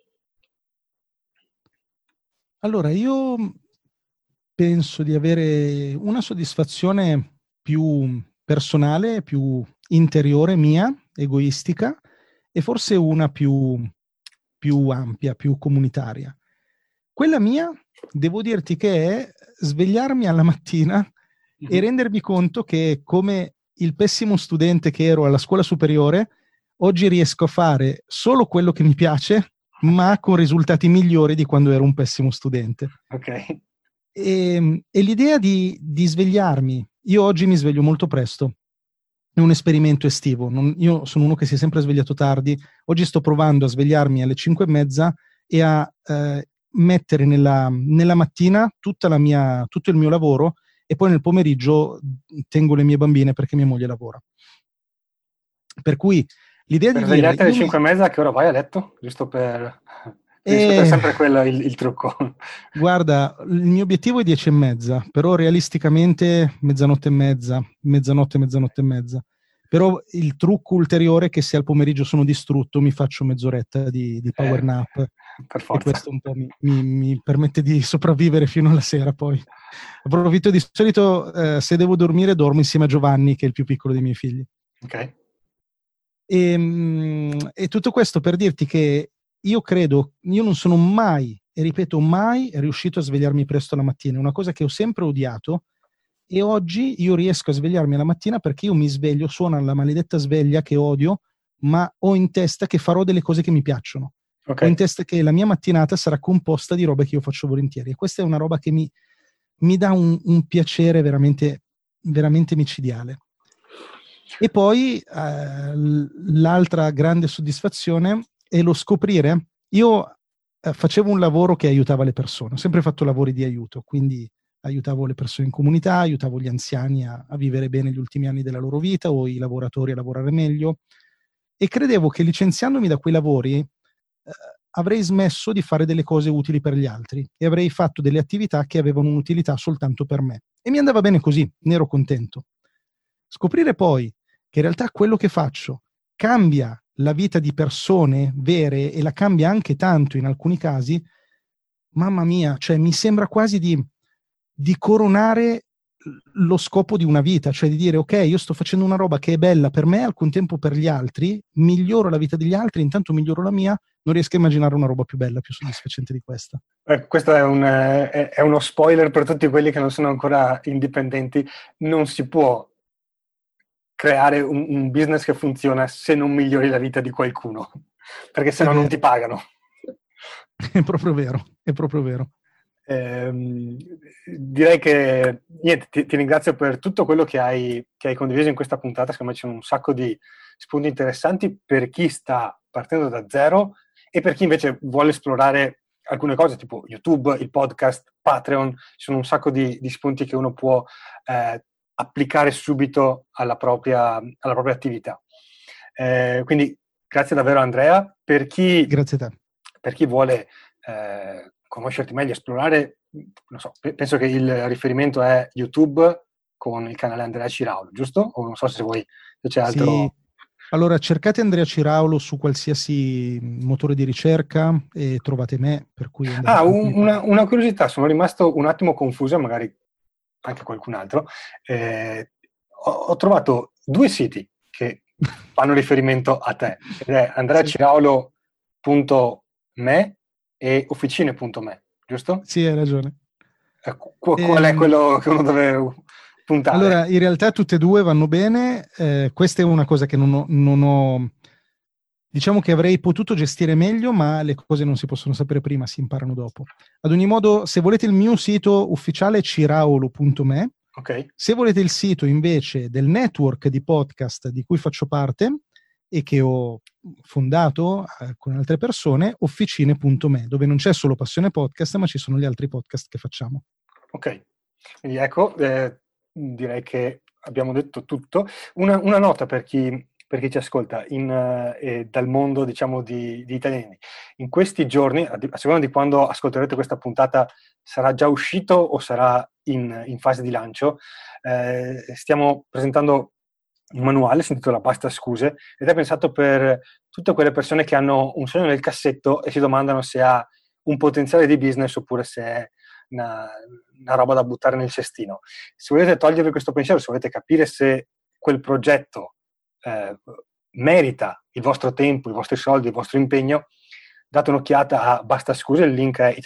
Allora, io penso di avere una soddisfazione più personale, più interiore mia, egoistica, e forse una più ampia, più comunitaria. Quella mia, devo dirti che è svegliarmi alla mattina e rendermi conto che, come il pessimo studente che ero alla scuola superiore, oggi riesco a fare solo quello che mi piace, ma con risultati migliori di quando ero un pessimo studente. Ok. E l'idea di svegliarmi, io oggi mi sveglio molto presto, è un esperimento estivo, io sono uno che si è sempre svegliato tardi, oggi sto provando a svegliarmi alle 5:30 e a mettere nella mattina tutto il mio lavoro, e poi nel pomeriggio tengo le mie bambine perché mia moglie lavora. Per cui l'idea per di dire... svegliarti alle 5:30, a che ora vai a letto? Giusto per... è sempre quello il trucco. Guarda, il mio obiettivo è 10:30, però realisticamente mezzanotte e mezza. Però il trucco ulteriore è che se al pomeriggio sono distrutto mi faccio mezz'oretta di power nap, per forza. e questo un po' mi permette di sopravvivere fino alla sera. Poi approfitto, di solito se devo dormire dormo insieme a Giovanni, che è il più piccolo dei miei figli. Ok. E tutto questo per dirti che io non sono mai, e ripeto mai, riuscito a svegliarmi presto la mattina. È una cosa che ho sempre odiato, e oggi io riesco a svegliarmi la mattina perché io mi sveglio, suona la maledetta sveglia che odio, ma ho in testa che farò delle cose che mi piacciono. Ho in testa che la mia mattinata sarà composta di robe che io faccio volentieri, e questa è una roba che mi dà un piacere veramente, veramente micidiale. E poi l'altra grande soddisfazione è lo scoprire. Io facevo un lavoro che aiutava le persone, ho sempre fatto lavori di aiuto, quindi aiutavo le persone in comunità, aiutavo gli anziani a vivere bene gli ultimi anni della loro vita, o i lavoratori a lavorare meglio, e credevo che licenziandomi da quei lavori avrei smesso di fare delle cose utili per gli altri e avrei fatto delle attività che avevano un'utilità soltanto per me, e mi andava bene così, ne ero contento. Scoprire poi che in realtà quello che faccio cambia la vita di persone vere, e la cambia anche tanto in alcuni casi, mamma mia, cioè mi sembra quasi di coronare lo scopo di una vita, cioè di dire ok, io sto facendo una roba che è bella per me, al contempo per gli altri, miglioro la vita degli altri, intanto miglioro la mia, non riesco a immaginare una roba più bella, più soddisfacente di questa. Questo è uno spoiler per tutti quelli che non sono ancora indipendenti. Non si può creare un business che funziona se non migliori la vita di qualcuno, perché se no non ti pagano. È proprio vero, è proprio vero. Direi che niente, ti ringrazio per tutto quello che hai condiviso in questa puntata. Secondo me c'è un sacco di spunti interessanti per chi sta partendo da zero e per chi invece vuole esplorare alcune cose tipo YouTube, il podcast, Patreon. Ci sono un sacco di spunti che uno può applicare subito alla propria attività. Quindi grazie davvero Andrea. Grazie a te. Per chi vuole conoscerti meglio, esplorare, non so, penso che il riferimento è YouTube con il canale Andrea Ciraulo, giusto? O non so se c'è altro... Sì. Allora, cercate Andrea Ciraulo su qualsiasi motore di ricerca e trovate me, per cui... una curiosità, sono rimasto un attimo confuso, magari anche qualcun altro. Ho trovato 2 siti che fanno riferimento a te, ed è andreaciraulo.me e officine.me, giusto? Sì, hai ragione. Qual è quello che uno deve puntare? Allora, in realtà tutte e 2 vanno bene. Questa è una cosa che non ho... Diciamo che avrei potuto gestire meglio, ma le cose non si possono sapere prima, si imparano dopo. Ad ogni modo, se volete il mio sito ufficiale, ciraulo.me. Okay. Se volete il sito invece del network di podcast di cui faccio parte e che ho fondato con altre persone, officine.me, dove non c'è solo Passione Podcast, ma ci sono gli altri podcast che facciamo. Ok, quindi ecco, direi che abbiamo detto tutto. Una nota per chi ci ascolta dal mondo, diciamo, di italiani. In questi giorni, a seconda di quando ascolterete questa puntata, sarà già uscito o sarà in fase di lancio, stiamo presentando un manuale, si intitola Basta Scuse, ed è pensato per tutte quelle persone che hanno un sogno nel cassetto e si domandano se ha un potenziale di business oppure se è una roba da buttare nel cestino. Se volete togliervi questo pensiero, se volete capire se quel progetto merita il vostro tempo, i vostri soldi, il vostro impegno, date un'occhiata a Basta Scuse, il link è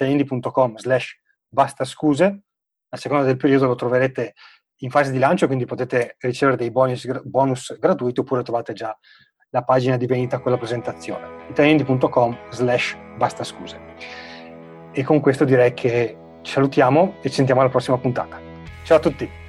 italiandi.com/bastascuse, a seconda del periodo lo troverete in fase di lancio, quindi potete ricevere dei bonus gratuiti oppure trovate già la pagina di vendita con la presentazione, italiandi.com/bastascuse. E con questo direi che ci salutiamo e ci sentiamo alla prossima puntata. Ciao a tutti!